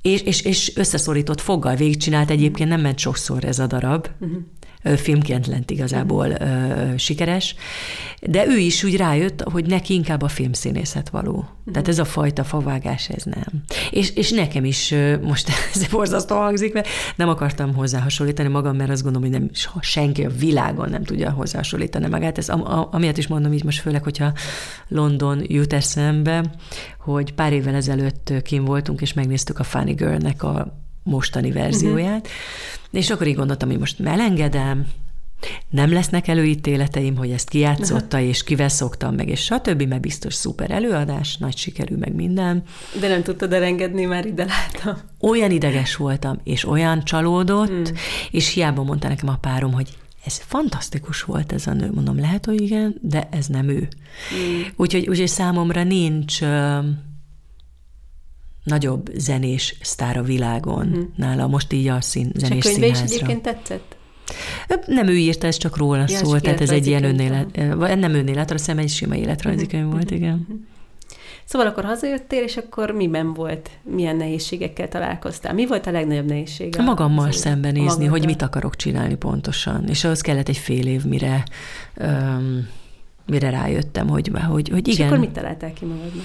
És, és, és összeszorított foggal végigcsinált, egyébként nem ment sokszor ez a darab, uh-huh. Filmként lent igazából uh, sikeres, de ő is úgy rájött, hogy neki inkább a filmszínészet való. Uh-huh. Tehát ez a fajta favágás, ez nem. És, és nekem is, most ez borzasztó hangzik, mert nem akartam hozzá hasonlítani magam, mert azt gondolom, hogy nem, senki a világon nem tudja hozzá hasonlítani magát. Ez amiatt is mondom így most, főleg, hogyha London jut eszembe, hogy pár évvel ezelőtt kint voltunk, és megnéztük a Funny Girl-nek a mostani verzióját, uh-huh. és akkor így gondoltam, hogy most elengedem, nem lesznek előítéleteim, hogy ezt kijátszotta, uh-huh. és kivel szoktam meg, és stb., mert biztos szuper előadás, nagy sikerű, meg minden. De nem tudtad elengedni, már ide láttam. Olyan ideges voltam, és olyan csalódott, mm. és hiába mondta nekem a párom, hogy ez fantasztikus volt ez a nő. Mondom, lehet, hogy igen, de ez nem ő. Mm. Úgyhogy, úgyhogy számomra nincs uh, nagyobb zenés sztár a világon mm. nála, most így a szín, zenés színházra. És a könyve is egyébként tetszett? Nem ő írta, ez csak róla ja, szól, tehát ez egy ilyen önélet, nem önélet, hanem hiszem egy sima életrajzi könyv volt, igen. Szóval akkor hazajöttél, és akkor miben volt, milyen nehézségekkel találkoztál? Mi volt a legnagyobb nehézség? Magammal szembenézni, magadra. Hogy mit akarok csinálni pontosan, és ahhoz kellett egy fél év, mire, um, mire rájöttem, hogy, hogy, hogy igen. És akkor mit találtál ki magadnak?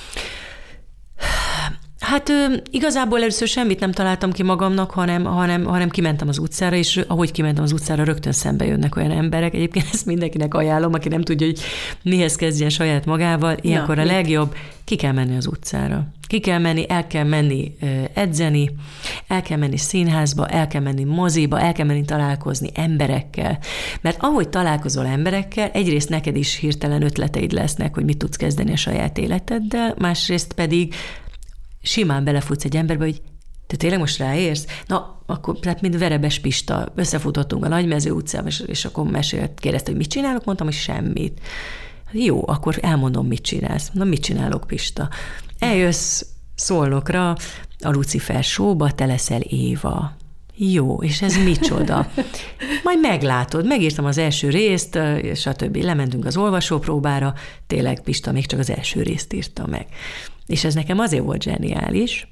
Hát igazából először semmit nem találtam ki magamnak, hanem, hanem, hanem kimentem az utcára, és ahogy kimentem az utcára, rögtön szembe jönnek olyan emberek. Egyébként ezt mindenkinek ajánlom, aki nem tudja, hogy mihez kezdjen saját magával. Ilyenkor Na, a legjobb, ki kell menni az utcára. Ki kell menni, el kell menni edzeni, el kell menni színházba, el kell menni moziba, el kell menni találkozni emberekkel. Mert ahogy találkozol emberekkel, egyrészt neked is hirtelen ötleteid lesznek, hogy mit tudsz kezdeni a saját életeddel, másrészt pedig simán belefutsz egy emberbe, hogy te tényleg most ráérsz? Na, akkor, tehát mint Verebes Pista, összefutottunk a Nagymező utcán, és, és akkor mesélt, kérdezte, hogy mit csinálok? Mondtam, hogy semmit. Jó, akkor elmondom, mit csinálsz. Na, mit csinálok, Pista? Eljössz Szolnokra, a Lucifer show-ba, te leszel Éva. Jó, és ez micsoda? Majd meglátod, megírtam az első részt, stb. Lementünk az olvasópróbára, tényleg Pista még csak az első részt írta meg. És ez nekem azért volt zseniális,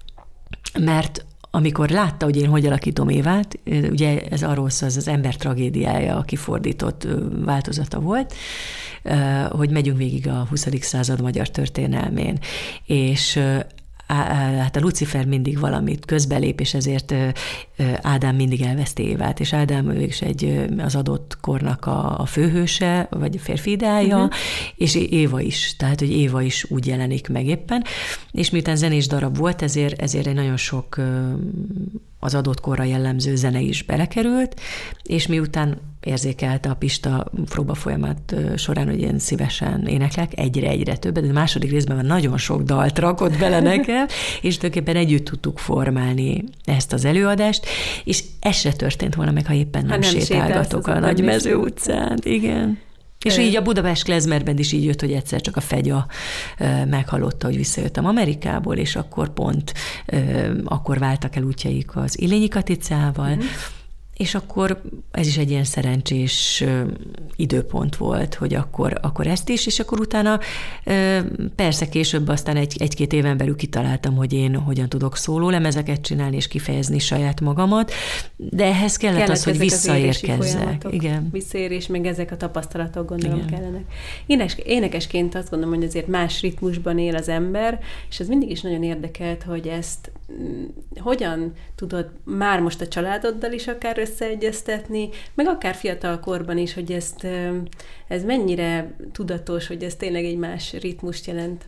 mert amikor látta, hogy én hogy alakítom Évát, ugye ez arról szól, ez az ember tragédiája, a kifordított változata volt, hogy megyünk végig a huszadik század magyar történelmén, és hát a Lucifer mindig valamit közbelép, és ezért Ádám mindig elveszti Évát, és Ádám mégis egy az adott kornak a, a főhőse, vagy a férfi ideája, uh-huh. és Éva is, tehát, hogy Éva is úgy jelenik meg éppen, és miután zenés darab volt, ezért, ezért egy nagyon sok az adott korra jellemző zene is belekerült, és miután érzékelte a Pista próba folyamat során, hogy én szívesen éneklek, egyre-egyre többet, de a második részben már nagyon sok dalt rakott bele nekem, és tulajdonképpen együtt tudtuk formálni ezt az előadást, és ez se történt volna meg, ha éppen nem, nem sétálgatok a Nagymező utcán. Igen. És így a Budapest klezmerben is így jött, hogy egyszer csak a Fegya meghallotta, hogy visszajöttem Amerikából, és akkor pont akkor váltak el útjaik az Illényi Katicával, mm. és akkor ez is egy ilyen szerencsés időpont volt, hogy akkor, akkor ezt is, és akkor utána persze később aztán egy, egy-két éven belül kitaláltam, hogy én hogyan tudok szólólemezeket csinálni, és kifejezni saját magamat, de ehhez kellett, kellett az, hogy visszaérkezzek. Igen. Visszaérés, meg ezek a tapasztalatok gondolom Igen. kellenek. Énes, énekesként azt gondolom, hogy azért más ritmusban él az ember, és ez mindig is nagyon érdekelt, hogy ezt hogyan tudod már most a családoddal is akár összeegyeztetni, meg akár fiatal korban is, hogy ezt, ez mennyire tudatos, hogy ez tényleg egy más ritmust jelent?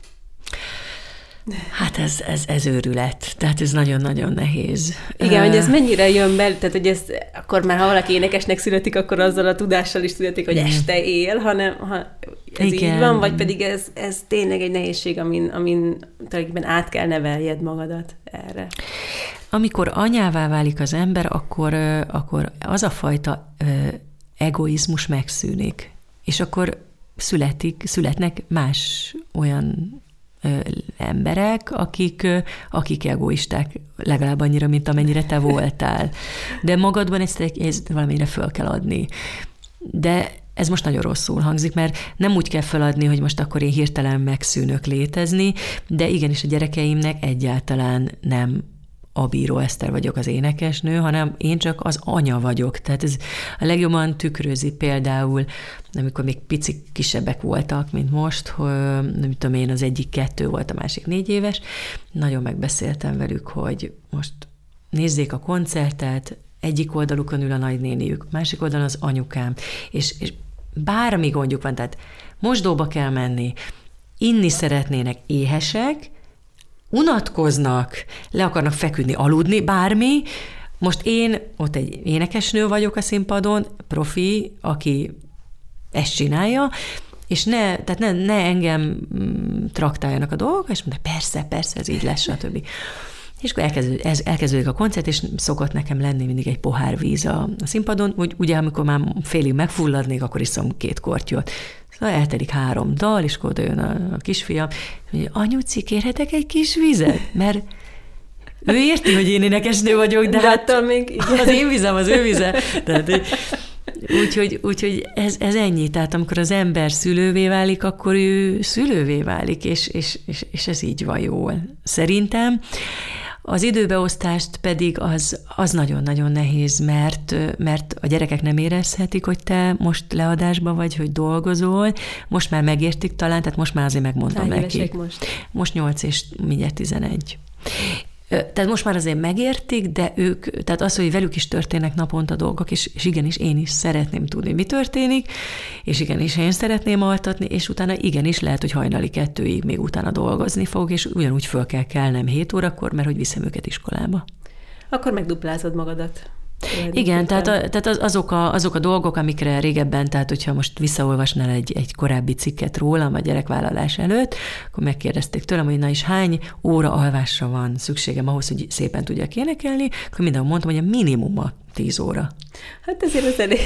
Hát ez, ez, ez őrület. Tehát ez nagyon-nagyon nehéz. Igen, uh, hogy ez mennyire jön be, tehát hogy ez, akkor már ha valaki énekesnek születik, akkor azzal a tudással is születik, hogy este él, hanem ha ez igen. így van, vagy pedig ez, ez tényleg egy nehézség, amin, amin tulajdonképpen át kell neveljed magadat erre. Amikor anyává válik az ember, akkor, akkor az a fajta egoizmus megszűnik, és akkor születik, születnek más olyan emberek, akik, akik egoisták, legalább annyira, mint amennyire te voltál. De magadban ezt, ezt valamire föl kell adni. De ez most nagyon rosszul hangzik, mert nem úgy kell feladni, hogy most akkor én hirtelen megszűnök létezni, de igenis a gyerekeimnek egyáltalán nem a Bíró Eszter vagyok az énekesnő, hanem én csak az anya vagyok. Tehát ez a legjobban tükrözi például, amikor még picik kisebbek voltak, mint most, hogy nem tudom én, az egyik kettő volt, a másik négy éves. Nagyon megbeszéltem velük, hogy most nézzék a koncertet, egyik oldalukon ül a nagynéniük, másik oldalon az anyukám, és, és bármi gondjuk van, tehát mosdóba kell menni, inni szeretnének, éhesek, unatkoznak, le akarnak feküdni, aludni, bármi. Most én ott egy énekesnő vagyok a színpadon, profi, aki ezt csinálja, és ne, tehát ne, ne engem traktáljanak a dolgok, és mondja, persze, persze, ez így lesz, stb. És akkor elkezdődik, elkezdődik a koncert, és szokott nekem lenni mindig egy pohár víz a, a színpadon. Úgy, ugye, amikor már félig megfulladnék, akkor iszom két kortyot. Szóval eltelik három dal, és akkor jön a, a kisfiam, és mondja, anyuci, kérhetek egy kis vizet? Mert ő érti, hogy én énekesnő vagyok, de, de hát még az én vizem, az ő vize. Tehát, úgyhogy úgy, ez, ez ennyi. Tehát amikor az ember szülővé válik, akkor ő szülővé válik, és, és, és, és ez így van jól. Szerintem az időbeosztást pedig az, az nagyon-nagyon nehéz, mert, mert a gyerekek nem érezhetik, hogy te most leadásban vagy, hogy dolgozol, most már megértik talán, tehát most már azért megmondom nekik. most? Most nyolc és mindjárt tizenegy. Tehát most már azért megértik, de ők, tehát az, hogy velük is történnek naponta dolgok, és, és igenis én is szeretném tudni, mi történik, és igenis én szeretném altatni, és utána igenis lehet, hogy hajnali kettőig még utána dolgozni fog, és ugyanúgy föl kell kelnem hét órakor, mert hogy viszem őket iskolába. Akkor megduplázod magadat. Igen, tehát, a, tehát az, azok, a, azok a dolgok, amikre régebben, tehát hogyha most visszaolvasnál egy, egy korábbi cikket rólam a gyerekvállalás előtt, akkor megkérdezték tőlem, hogy na is hány óra alvásra van szükségem ahhoz, hogy szépen tudjak énekelni, akkor mindenhol mondtam, hogy a minimum a tíz óra. Hát ezért az elég,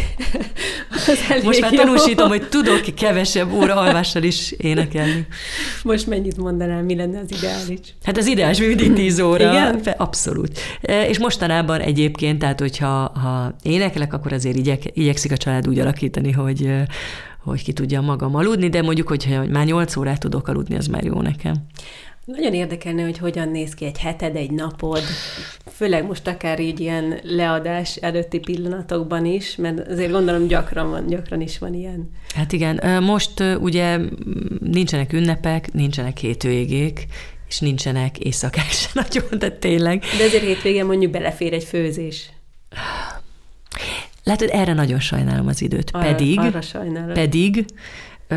az elég most már jó. tanúsítom, hogy tudok kevesebb óra alvással is énekelni. Most mennyit mondanál, mi lenne az ideális? Hát az ideális, mi mindig tíz óra. Igen? Abszolút. És mostanában egyébként, tehát hogyha ha énekelek, akkor azért igyek, igyekszik a család úgy alakítani, hogy, hogy ki tudjam magam aludni, de mondjuk, hogyha már nyolc órát tudok aludni, az már jó nekem. Nagyon érdekelne, hogy hogyan néz ki egy heted, egy napod, főleg most akár így ilyen leadás előtti pillanatokban is, mert azért gondolom gyakran van, gyakran is van ilyen. Hát igen, most ugye nincsenek ünnepek, nincsenek hétvégék, és nincsenek éjszakák se nagyon, tehát tényleg. De azért hétvégén mondjuk belefér egy főzés. Látod, erre nagyon sajnálom az időt. Arra, pedig, arra sajnálom. Pedig, ö,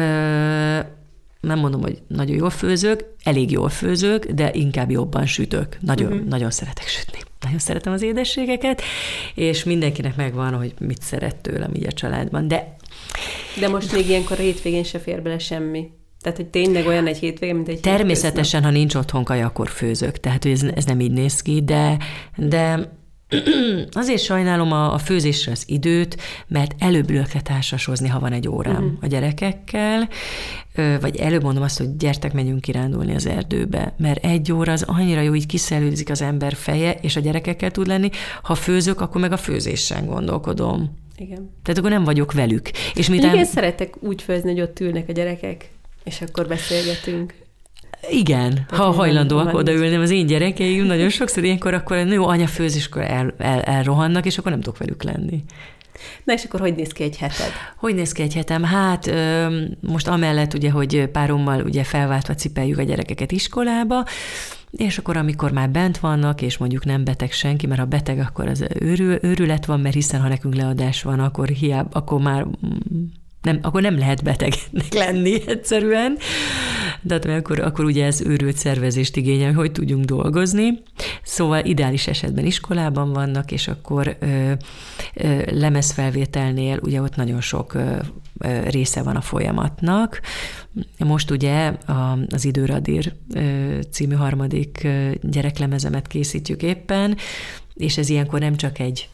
nem mondom, hogy nagyon jól főzök, elég jól főzök, de inkább jobban sütök. Nagyon, uh-huh. nagyon szeretek sütni. Nagyon szeretem az édességeket, és mindenkinek megvan, hogy mit szeret tőlem így a családban. De, de most még ilyenkor a hétvégén se fér bele semmi. Tehát, hogy tényleg olyan egy hétvége, mint egy természetesen, ha nincs otthon kaja, akkor főzök. Tehát, hogy ez, ez nem így néz ki, de, de azért sajnálom a, a főzésre az időt, mert előbb ülök le társasozni, ha van egy órám uh-huh. a gyerekekkel, vagy előbb mondom azt, hogy gyertek, menjünk kirándulni az erdőbe, mert egy óra az annyira jó, így kiszellődik az ember feje, és a gyerekekkel tud lenni. Ha főzök, akkor meg a főzésen gondolkodom. Igen. Tehát akkor nem vagyok velük. És miután... Igen, szeretek úgy főzni, hogy ott ülnek a gyerekek, és akkor beszélgetünk. Igen, tehát ha hajlandóak odaülni, az én gyerekeim nagyon sokszor ilyenkor, akkor jó, anya főz, és akkor el, el, elrohannak, és akkor nem tudok velük lenni. Na és akkor hogy néz ki egy heted? Hogy néz ki egy hetem? Hát most amellett ugye, hogy párommal ugye felváltva cipeljük a gyerekeket iskolába, és akkor amikor már bent vannak, és mondjuk nem beteg senki, mert ha beteg, akkor az őrül, őrület van, mert hiszen ha nekünk leadás van, akkor hiába, akkor már... Nem, akkor nem lehet betegnek lenni egyszerűen, de hát akkor, akkor ugye ez őrült szervezést igényel, hogy tudjunk dolgozni. Szóval ideális esetben iskolában vannak, és akkor ö, ö, lemezfelvételnél ugye ott nagyon sok ö, ö, része van a folyamatnak. Most ugye a, az Időradír ö, című harmadik ö, gyereklemezemet készítjük éppen, és ez ilyenkor nem csak egy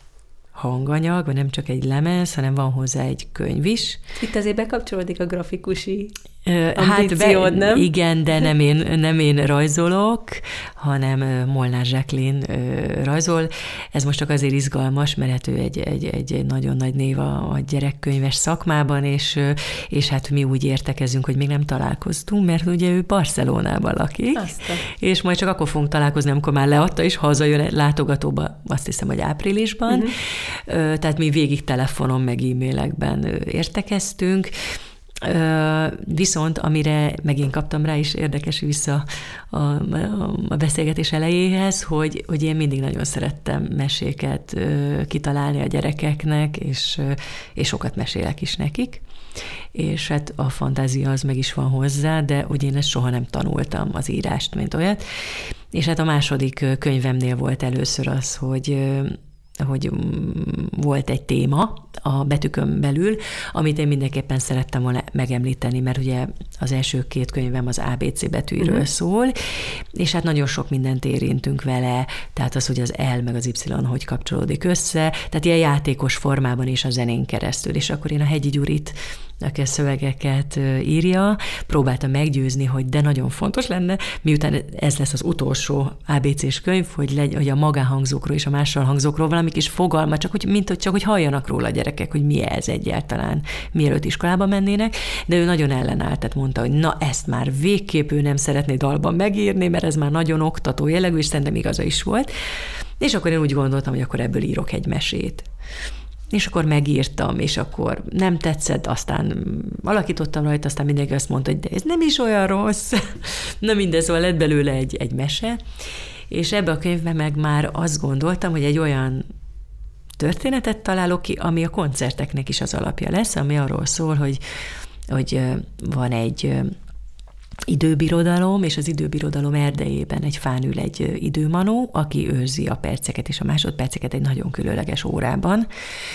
hanganyag, vagy nem csak egy lemez, hanem van hozzá egy könyv is. Itt azért bekapcsolódik a grafikusi Ambíciód, hát be, nem? Igen, de nem én, nem én rajzolok, hanem Molnár Zsáklin rajzol. Ez most csak azért izgalmas, mert ő egy, egy, egy nagyon nagy név a, a gyerekkönyves szakmában, és, és hát mi úgy értekezünk, hogy még nem találkoztunk, mert ugye ő Barcelonában lakik, Aztán. és majd csak akkor fogunk találkozni, amikor már leadta, és hazajön látogatóba, azt hiszem, hogy áprilisban. Uh-huh. Tehát mi végig telefonon, meg e-mailekben értekeztünk. Viszont amire megint kaptam rá is érdekes vissza a, a, a beszélgetés elejéhez, hogy, hogy én mindig nagyon szerettem meséket kitalálni a gyerekeknek, és, és sokat mesélek is nekik. És hát a fantázia az meg is van hozzá, de ugye én ezt soha nem tanultam, az írást, mint olyat. És hát a második könyvemnél volt először az, hogy hogy volt egy téma a betűkön belül, amit én mindenképpen szerettem volna megemlíteni, mert ugye az első két könyvem az á bé cé betűről uh-huh. szól, és hát nagyon sok mindent érintünk vele, tehát az, hogy az L meg az Y hogy kapcsolódik össze, tehát ilyen játékos formában is a zenén keresztül, és akkor én a Hegyi Gyurit, aki a szövegeket írja, próbáltam meggyőzni, hogy de nagyon fontos lenne, miután ez lesz az utolsó á bé cés könyv, hogy, legy, hogy a magánhangzókról és a másolhangzókról valami kis fogalma, csak hogy, mint hogy csak hogy halljanak róla a gyerekek, hogy mi ez egyáltalán, mielőtt iskolába mennének, de ő nagyon ellenállt, tehát mondta, hogy na ezt már végképp ő nem szeretné dalban megírni, mert ez már nagyon oktató jellegű, és szerintem igaza is volt. És akkor én úgy gondoltam, hogy akkor ebből írok egy mesét. És akkor megírtam, és akkor nem tetszett, aztán alakítottam rajta, aztán mindenki azt mondta, hogy de ez nem is olyan rossz. Na mindez, szóval lett belőle egy, egy mese, és ebbe a könyvben meg már azt gondoltam, hogy egy olyan történetet találok ki, ami a koncerteknek is az alapja lesz, ami arról szól, hogy, hogy van egy időbirodalom, és az időbirodalom erdejében egy fán ül egy időmanó, aki őrzi a perceket és a másodperceket egy nagyon különleges órában,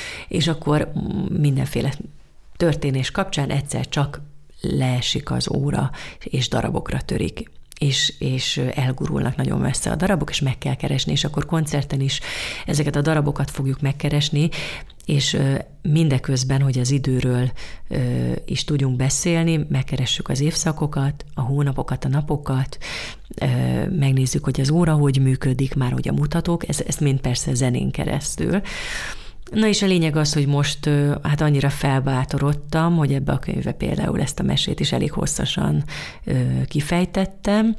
és akkor mindenféle történés kapcsán egyszer csak leesik az óra, és darabokra törik. És, és elgurulnak nagyon messze a darabok, és meg kell keresni, és akkor koncerten is ezeket a darabokat fogjuk megkeresni, és mindeközben, hogy az időről is tudjunk beszélni, megkeressük az évszakokat, a hónapokat, a napokat, megnézzük, hogy az óra hogy működik, már hogy a mutatók, ez, ezt mind persze zenén keresztül. Na és a lényeg az, hogy most hát annyira felbátorodtam, hogy ebbe a könyvbe például ezt a mesét is elég hosszasan kifejtettem,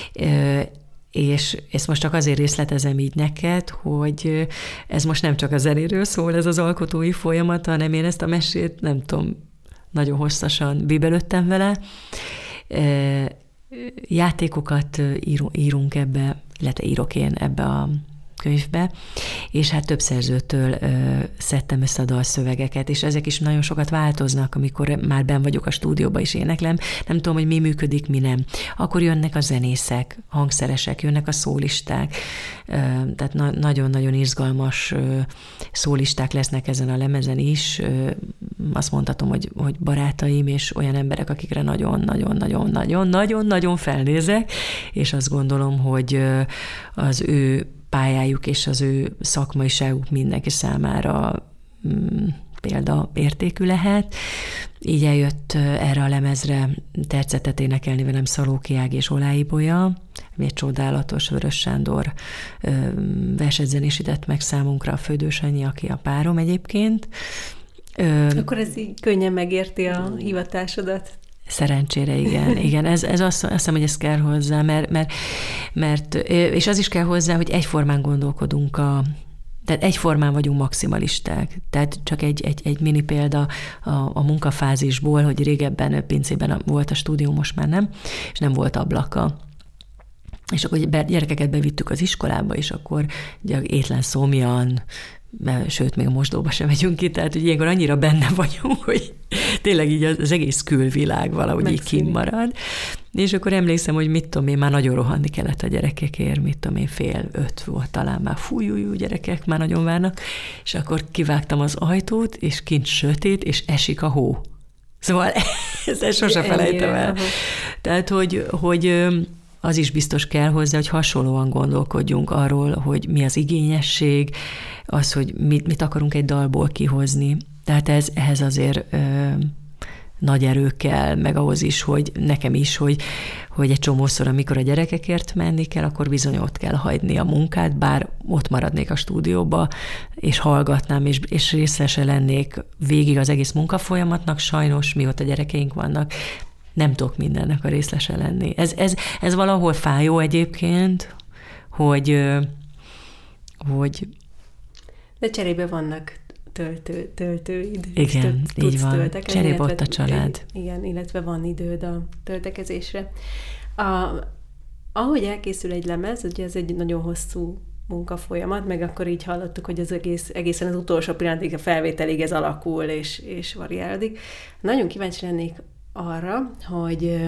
és ezt most csak azért részletezem így neked, hogy ez most nem csak a zenéről szól, ez az alkotói folyamat, hanem én ezt a mesét, nem tudom, nagyon hosszasan bíbelődtem vele. Játékokat írunk ebbe, illetve írok én ebbe a könyvbe, és hát több szerzőtől ö, szedtem össze a dalszövegeket, és ezek is nagyon sokat változnak, amikor már benn vagyok a stúdióban is éneklem, nem tudom, hogy mi működik, mi nem. Akkor jönnek a zenészek, hangszeresek, jönnek a szólisták, ö, tehát na- nagyon-nagyon izgalmas ö, szólisták lesznek ezen a lemezen is. Ö, azt mondhatom, hogy, hogy barátaim és olyan emberek, akikre nagyon-nagyon-nagyon-nagyon-nagyon-nagyon felnézek, és azt gondolom, hogy ö, az ő pályájuk és az ő szakmaiságuk mindenki számára mm, példaértékű lehet. Így eljött erre a lemezre tercetet énekelni velem Szalóki Ág és Olái Bolya, egy csodálatos Vörös Sándor verset zenésített meg számunkra, a Fődős Annyi, aki a párom egyébként. Akkor ez így könnyen megérti a hivatásodat. Szerencsére, igen. igen. Ez, ez azt, azt hiszem, hogy ez kell hozzá, mert, mert, mert, és az is kell hozzá, hogy egyformán gondolkodunk, a, tehát egyformán vagyunk maximalisták. Tehát csak egy, egy, egy mini példa a, a munkafázisból, hogy régebben pincében volt a stúdió, most már nem, és nem volt ablaka. És akkor gyerekeket bevittük az iskolába, és akkor ugye étlen szomjan, mert, sőt, még a mosdóba sem megyünk ki, tehát hogy ilyenkor annyira benne vagyunk, hogy tényleg így az egész külvilág valahogy Megszínik. így kimarad. És akkor emlékszem, hogy mit tudom én, már nagyon rohanni kellett a gyerekekért, mit tudom én, fél öt volt talán már, fújújú gyerekek, már nagyon várnak, és akkor kivágtam az ajtót, és kint sötét, és esik a hó. Szóval ezt sose felejtem el. Tehát, hogy, hogy az is biztos kell hozzá, hogy hasonlóan gondolkodjunk arról, hogy mi az igényesség, az, hogy mit, mit akarunk egy dalból kihozni. Tehát ez, ehhez azért ö, nagy erő kell, meg ahhoz is, hogy nekem is, hogy, hogy egy csomószor, amikor a gyerekekért menni kell, akkor bizony ott kell hagyni a munkát, bár ott maradnék a stúdióba, és hallgatnám, és, és részese lennék végig az egész munkafolyamatnak, sajnos, mióta gyerekeink vannak, nem tudok mindennek a részlese lenni. Ez, ez, ez valahol fájó egyébként, hogy, hogy... De cserébe vannak töltő, töltőid. Igen, így van. Cserébe ott a család. Igen, illetve van időd a töltekezésre. A, ahogy elkészül egy lemez, ugye ez egy nagyon hosszú munkafolyamat, meg akkor így hallottuk, hogy az egész, egészen az utolsó pillanatig a felvételig ez alakul, és, és variálódik. Nagyon kíváncsi lennék arra, hogy,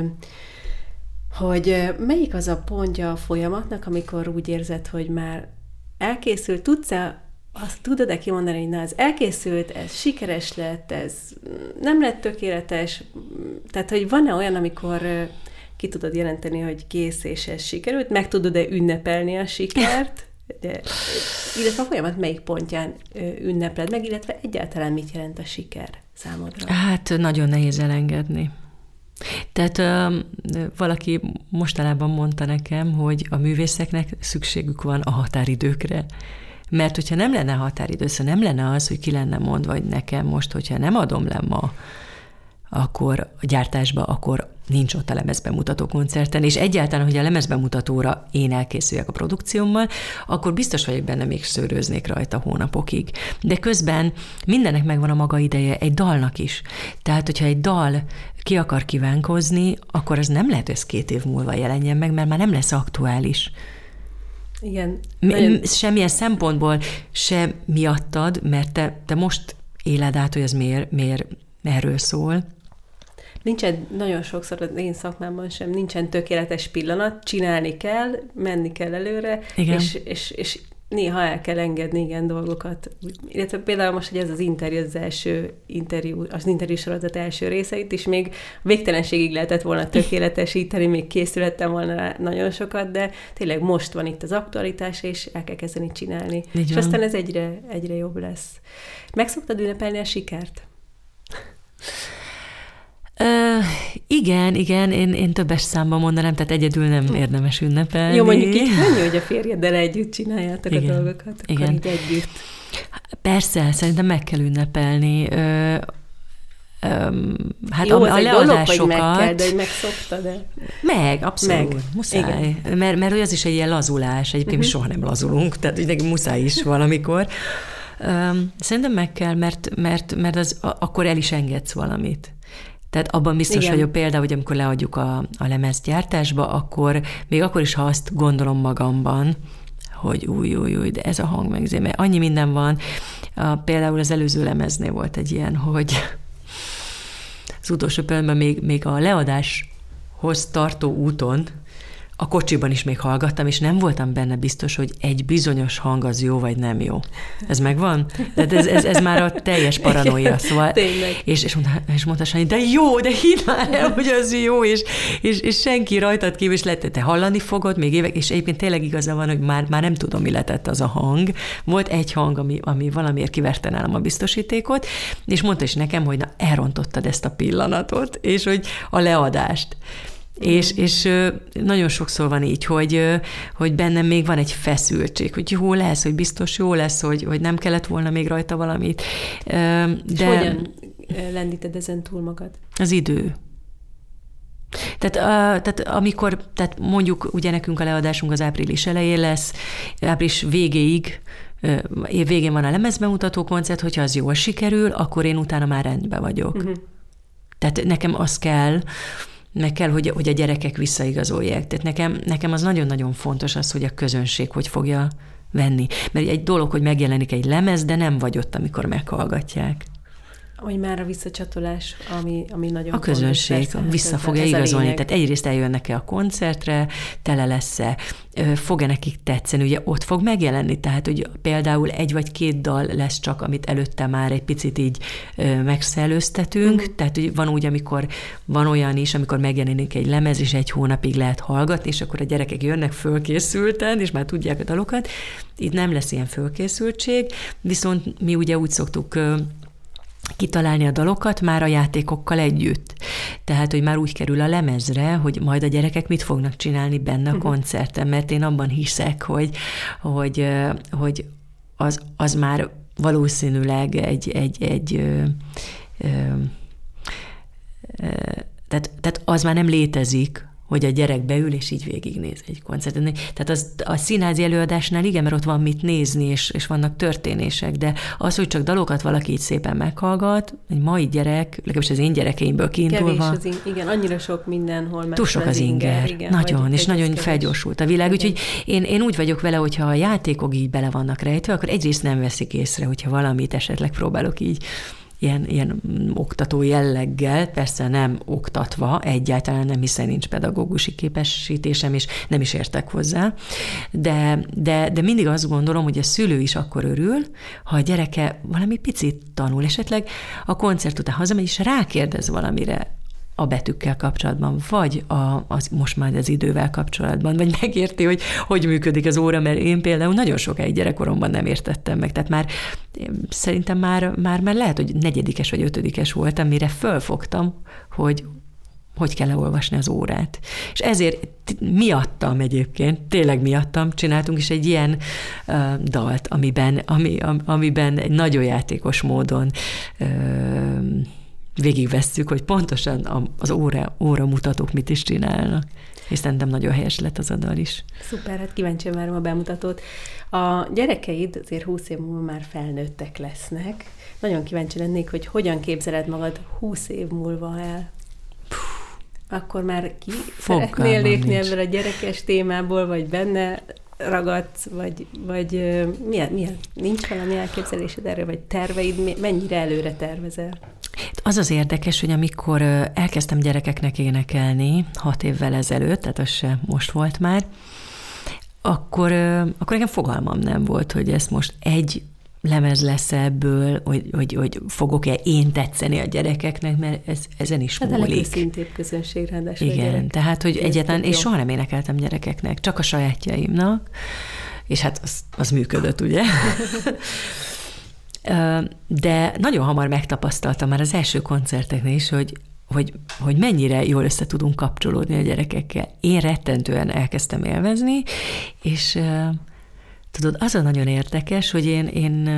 hogy melyik az a pontja a folyamatnak, amikor úgy érzed, hogy már elkészült, tudsz-e azt tudod-e kimondani, hogy na, ez elkészült, ez sikeres lett, ez nem lett tökéletes, tehát, hogy van-e olyan, amikor ki tudod jelenteni, hogy kész, és ez sikerült, meg tudod-e ünnepelni a sikert, de, illetve a folyamat melyik pontján ünnepled meg, illetve egyáltalán mit jelent a siker számodra? Hát nagyon nehéz elengedni. Tehát uh, valaki mostanában mondta nekem, hogy a művészeknek szükségük van a határidőkre. Mert hogyha nem lenne határidő, szóval nem lenne az, hogy ki lenne mondva, hogy nekem most, hogyha nem adom le ma, akkor a gyártásba, akkor nincs ott a lemezbemutató koncerten, és egyáltalán, hogy a lemezbemutatóra én elkészüljek a produkciómmal, akkor biztos vagyok benne, még szőröznék rajta hónapokig. De közben mindennek megvan a maga ideje, egy dalnak is. Tehát, hogyha egy dal ki akar kívánkozni, akkor az nem lehet, hogy ez két év múlva jelenjen meg, mert már nem lesz aktuális. Igen. Nagyon... Semmilyen szempontból se miattad, mert te, te most éled át, hogy ez miért, miért erről szól. Nincsen, nagyon sokszor az én szakmámban sem, nincsen tökéletes pillanat, csinálni kell, menni kell előre, és, és, és néha el kell engedni igen dolgokat. Illetve például most, hogy ez az interjú, az első interjú, az interjú sorozat első részeit is még végtelenségig lehetett volna tökéletesíteni, még készülettem volna rá nagyon sokat, de tényleg most van itt az aktualitás, és el kell kezdeni csinálni. Így és van. aztán ez egyre, egyre jobb lesz. Meg szoktad ünnepelni a sikert? Uh, igen, igen, én, én többes számban mondanám, tehát egyedül nem érdemes ünnepelni. Jó, mondjuk így könnyű, hogy a férjeddel együtt csináljátok igen, a dolgokat, akkor igen. így együtt. Persze, szerintem meg kell ünnepelni. Ö, ö, hát jó, a, a leadásokat... Dolog, meg kell, de hogy megszoktad, de... Meg, abszolút, meg. Muszáj. Igen. Mert, mert az is egy ilyen lazulás, egyébként uh-huh. soha nem lazulunk, tehát nekünk muszáj is valamikor. Ö, szerintem meg kell, mert, mert, mert az, a, akkor el is engedsz valamit. Tehát abban biztos igen. vagyok például, hogy amikor leadjuk a, a lemezgyártásba, akkor még akkor is, ha azt gondolom magamban, hogy új, új, új, de ez a hang meg, mert annyi minden van. A, például az előző lemeznél volt egy ilyen, hogy az utolsó pillanatban még, még a leadáshoz tartó úton a kocsiban is még hallgattam, és nem voltam benne biztos, hogy egy bizonyos hang az jó, vagy nem jó. Ez megvan? Tehát ez, ez, ez már a teljes paranoia. Szóval, és, és, mondta, és mondta Sanyi, de jó, de hidd már el, hogy az jó, és, és, és senki rajtad kívül, és lehet, te hallani fogod még évek, és egyébként tényleg igaza van, hogy már, már nem tudom, mi letett az a hang. Volt egy hang, ami, ami valamiért kiverte nálam a biztosítékot, és mondta is nekem, hogy na, elrontottad ezt a pillanatot, és hogy a leadást. És, és nagyon sokszor van így, hogy, hogy bennem még van egy feszültség, hogy jó lesz, hogy biztos jó lesz, hogy, hogy nem kellett volna még rajta valamit. De és hogyan lendíted ezen túl magad? Az idő. Tehát, a, tehát amikor, tehát mondjuk ugye nekünk a leadásunk az április elején lesz, április végéig, év végén van a lemezbemutató koncert, hogyha az jól sikerül, akkor én utána már rendben vagyok. Uh-huh. Tehát nekem az kell, meg kell, hogy, hogy a gyerekek visszaigazolják. Tehát nekem, nekem az nagyon-nagyon fontos az, hogy a közönség hogy fogja venni. Mert egy dolog, hogy megjelenik egy lemez, de nem vagy ott, amikor meghallgatják. Hogy már a visszacsatolás, ami, ami nagyon a közönség fontos, persze, vissza fogja igazolni. Tehát egyrészt eljönnek-e a koncertre, tele lesz-e, fog-e nekik tetszeni, ugye ott fog megjelenni, tehát hogy például egy vagy két dal lesz csak, amit előtte már egy picit így megszellőztetünk, uh-huh. tehát hogy van úgy, amikor van olyan is, amikor megjelenik egy lemez, és egy hónapig lehet hallgatni, és akkor a gyerekek jönnek fölkészülten, és már tudják a dalokat. Itt nem lesz ilyen fölkészültség, viszont mi ugye úgy szoktuk kitalálni a dalokat már a játékokkal együtt. Tehát, hogy már úgy kerül a lemezre, hogy majd a gyerekek mit fognak csinálni benne a koncerten, mert én abban hiszek, hogy, hogy, hogy az, az már valószínűleg egy, egy, egy ö, ö, ö, tehát, tehát az már nem létezik, hogy a gyerek beül, és így végignéz egy koncerten. Tehát az, a színházi előadásnál igen, mert ott van mit nézni, és, és vannak történések, de az, hogy csak dalokat valaki így szépen meghallgat, egy mai gyerek, legalábbis az én gyerekeimből kiindulva. Kevés az in- igen, annyira sok mindenhol már. Túl sok az inger. Igen, nagyon, és nagyon felgyorsult a világ. Igen. Úgyhogy én, én úgy vagyok vele, hogyha a játékok így bele vannak rejtve, akkor egyrészt nem veszik észre, hogyha valamit esetleg próbálok így Ilyen, ilyen oktató jelleggel, persze nem oktatva, egyáltalán nem, hiszen nincs pedagógusi képesítésem, és nem is értek hozzá, de, de, de mindig azt gondolom, hogy a szülő is akkor örül, ha a gyereke valami picit tanul, esetleg a koncert után hazamegy, és rákérdez valamire a betűkkel kapcsolatban, vagy a, az, most már az idővel kapcsolatban, vagy megérti, hogy hogy működik az óra, mert én például nagyon sokáig gyerekkoromban nem értettem meg. Tehát már szerintem már, már, már lehet, hogy negyedikes vagy ötödikes voltam, mire fölfogtam, hogy hogy kell leolvasni az órát. És ezért miattam egyébként, tényleg miattam csináltunk is egy ilyen uh, dalt, amiben, ami, amiben egy nagyon játékos módon uh, végigvesszük, hogy pontosan az óra, óra mutatók mit is csinálnak. És szerintem nagyon helyes lett az a dal is. Szuper, hát kíváncsi várom a bemutatót. A gyerekeid azért húsz év múlva már felnőttek lesznek. Nagyon kíváncsi lennék, hogy hogyan képzeled magad húsz év múlva el. Akkor már ki Fogalmam szeretnél lépni nincs. ebből a gyerekes témából, vagy benne ragadsz, vagy, vagy milyen, milyen, nincs valami elképzelésed erről, vagy terveid, mennyire előre tervezel? Az az érdekes, hogy amikor elkezdtem gyerekeknek énekelni hat évvel ezelőtt, tehát az se most volt már, akkor, akkor nekem fogalmam nem volt, hogy ez most egy lemez lesz ebből, hogy, hogy, hogy fogok-e én tetszeni a gyerekeknek, mert ez, ezen is hát múlik. Hát a legszintén közönség ráadásul. Igen, tehát, hogy egyáltalán, és soha nem énekeltem gyerekeknek, csak a sajátjaimnak, és hát az, az működött, ugye? De nagyon hamar megtapasztaltam már az első koncerteknél is, hogy, hogy, hogy mennyire jól össze tudunk kapcsolódni a gyerekekkel. Én rettentően elkezdtem élvezni, és tudod, az a nagyon érdekes, hogy én, én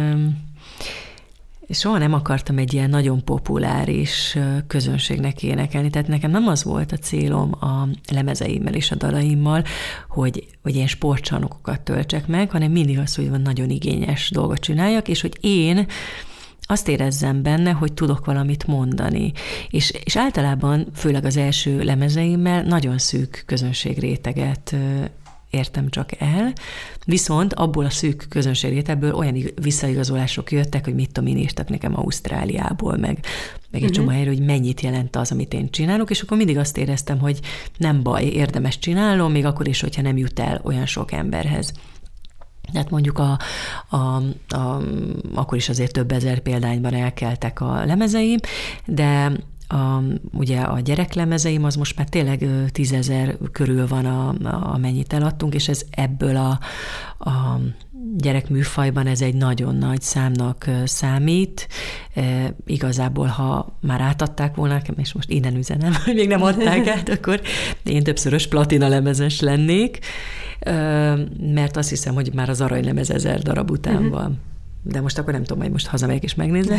soha nem akartam egy ilyen nagyon populáris közönségnek énekelni, tehát nekem nem az volt a célom a lemezeimmel és a dalaimmal, hogy, hogy ilyen sportcsarnokokat töltsek meg, hanem mindig az, hogy van nagyon igényes dolgot csináljak, és hogy én azt érezzem benne, hogy tudok valamit mondani. És, és általában, főleg az első lemezeimmel nagyon szűk közönségréteget értem csak el, viszont abból a szűk közönségrétegből olyan visszaigazolások jöttek, hogy mit tudom én, írtak nekem Ausztráliából, meg, meg egy uh-huh. csomó helyről, hogy mennyit jelent az, amit én csinálok, és akkor mindig azt éreztem, hogy nem baj, érdemes csinálnom, még akkor is, hogyha nem jut el olyan sok emberhez. Tehát mondjuk a, a, a, akkor is azért több ezer példányban elkeltek a lemezeim, de A, ugye a gyereklemezeim az most már tényleg tízezer körül van, a, a, amennyit eladtunk, és ez ebből a, a gyerekműfajban ez egy nagyon nagy számnak számít. E, igazából, ha már átadták volna nekem, és most innen üzenem, hogy még nem adták át, akkor én többszörös platina lemezes lennék, e, mert azt hiszem, hogy már az aranylemez ezer darab után uh-huh. van. De most akkor nem tudom, hogy most hazamegyek és megnézem.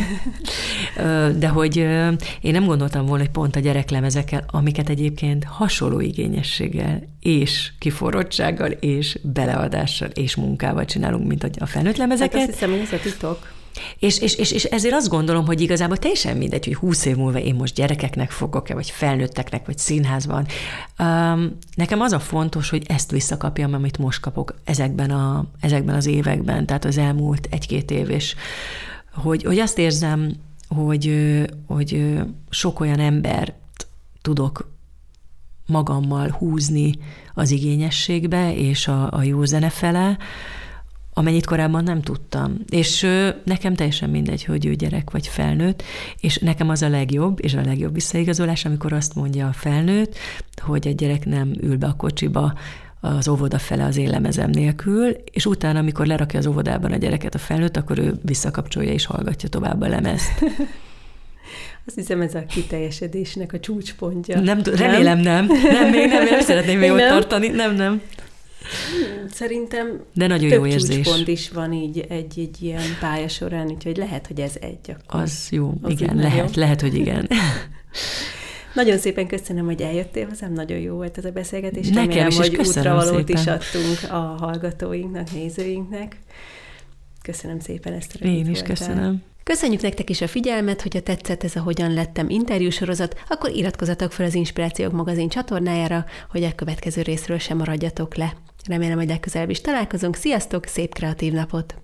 De hogy én nem gondoltam volna, hogy pont a gyereklemezekkel, amiket egyébként hasonló igényességgel és kiforrottsággal és beleadással és munkával csinálunk, mint a felnőtt lemezeket. Hát azt hiszem, hogy ez a titok. És, és, és, és ezért azt gondolom, hogy igazából teljesen mindegy, hogy húsz év múlva én most gyerekeknek fogok-e, vagy felnőtteknek, vagy színházban. Um, nekem az a fontos, hogy ezt visszakapjam, amit most kapok ezekben, a, ezekben az években, tehát az elmúlt egy-két év, és hogy, hogy azt érzem, hogy, hogy sok olyan embert tudok magammal húzni az igényességbe és a, a jó zene fele, amennyit korábban nem tudtam. És nekem teljesen mindegy, hogy ő gyerek vagy felnőtt, és nekem az a legjobb, és a legjobb visszaigazolás, amikor azt mondja a felnőtt, hogy a gyerek nem ül be a kocsiba az óvoda fele az én lemezem nélkül, és utána, amikor lerakja az óvodában a gyereket a felnőtt, akkor ő visszakapcsolja és hallgatja tovább a lemezt. Azt hiszem, ez a kiteljesedésnek a csúcspontja. Nem, remélem nem. Nem, még nem, nem szeretném még ott tartani. Nem, nem. Szerintem de nagyon több jó érzés. csúcspont is van így egy, egy ilyen pálya során, úgyhogy lehet, hogy ez egy akkor. Az jó, az igen, lehet, jó. lehet, hogy igen. Nagyon szépen köszönöm, hogy eljöttél hozzám, nagyon jó volt ez a beszélgetés. Nekem Remélem, is, hogy útravalót szépen. is adtunk a hallgatóinknak, nézőinknek. Köszönöm szépen ezt a Én is voltál. Köszönöm. Köszönjük nektek is a figyelmet, hogyha tetszett ez a Hogyan lettem interjúsorozat, akkor iratkozzatok fel az Inspirációk magazin csatornájára, hogy a következő részről sem maradjatok le. Remélem, hogy legközelebb is találkozunk. Sziasztok, szép kreatív napot!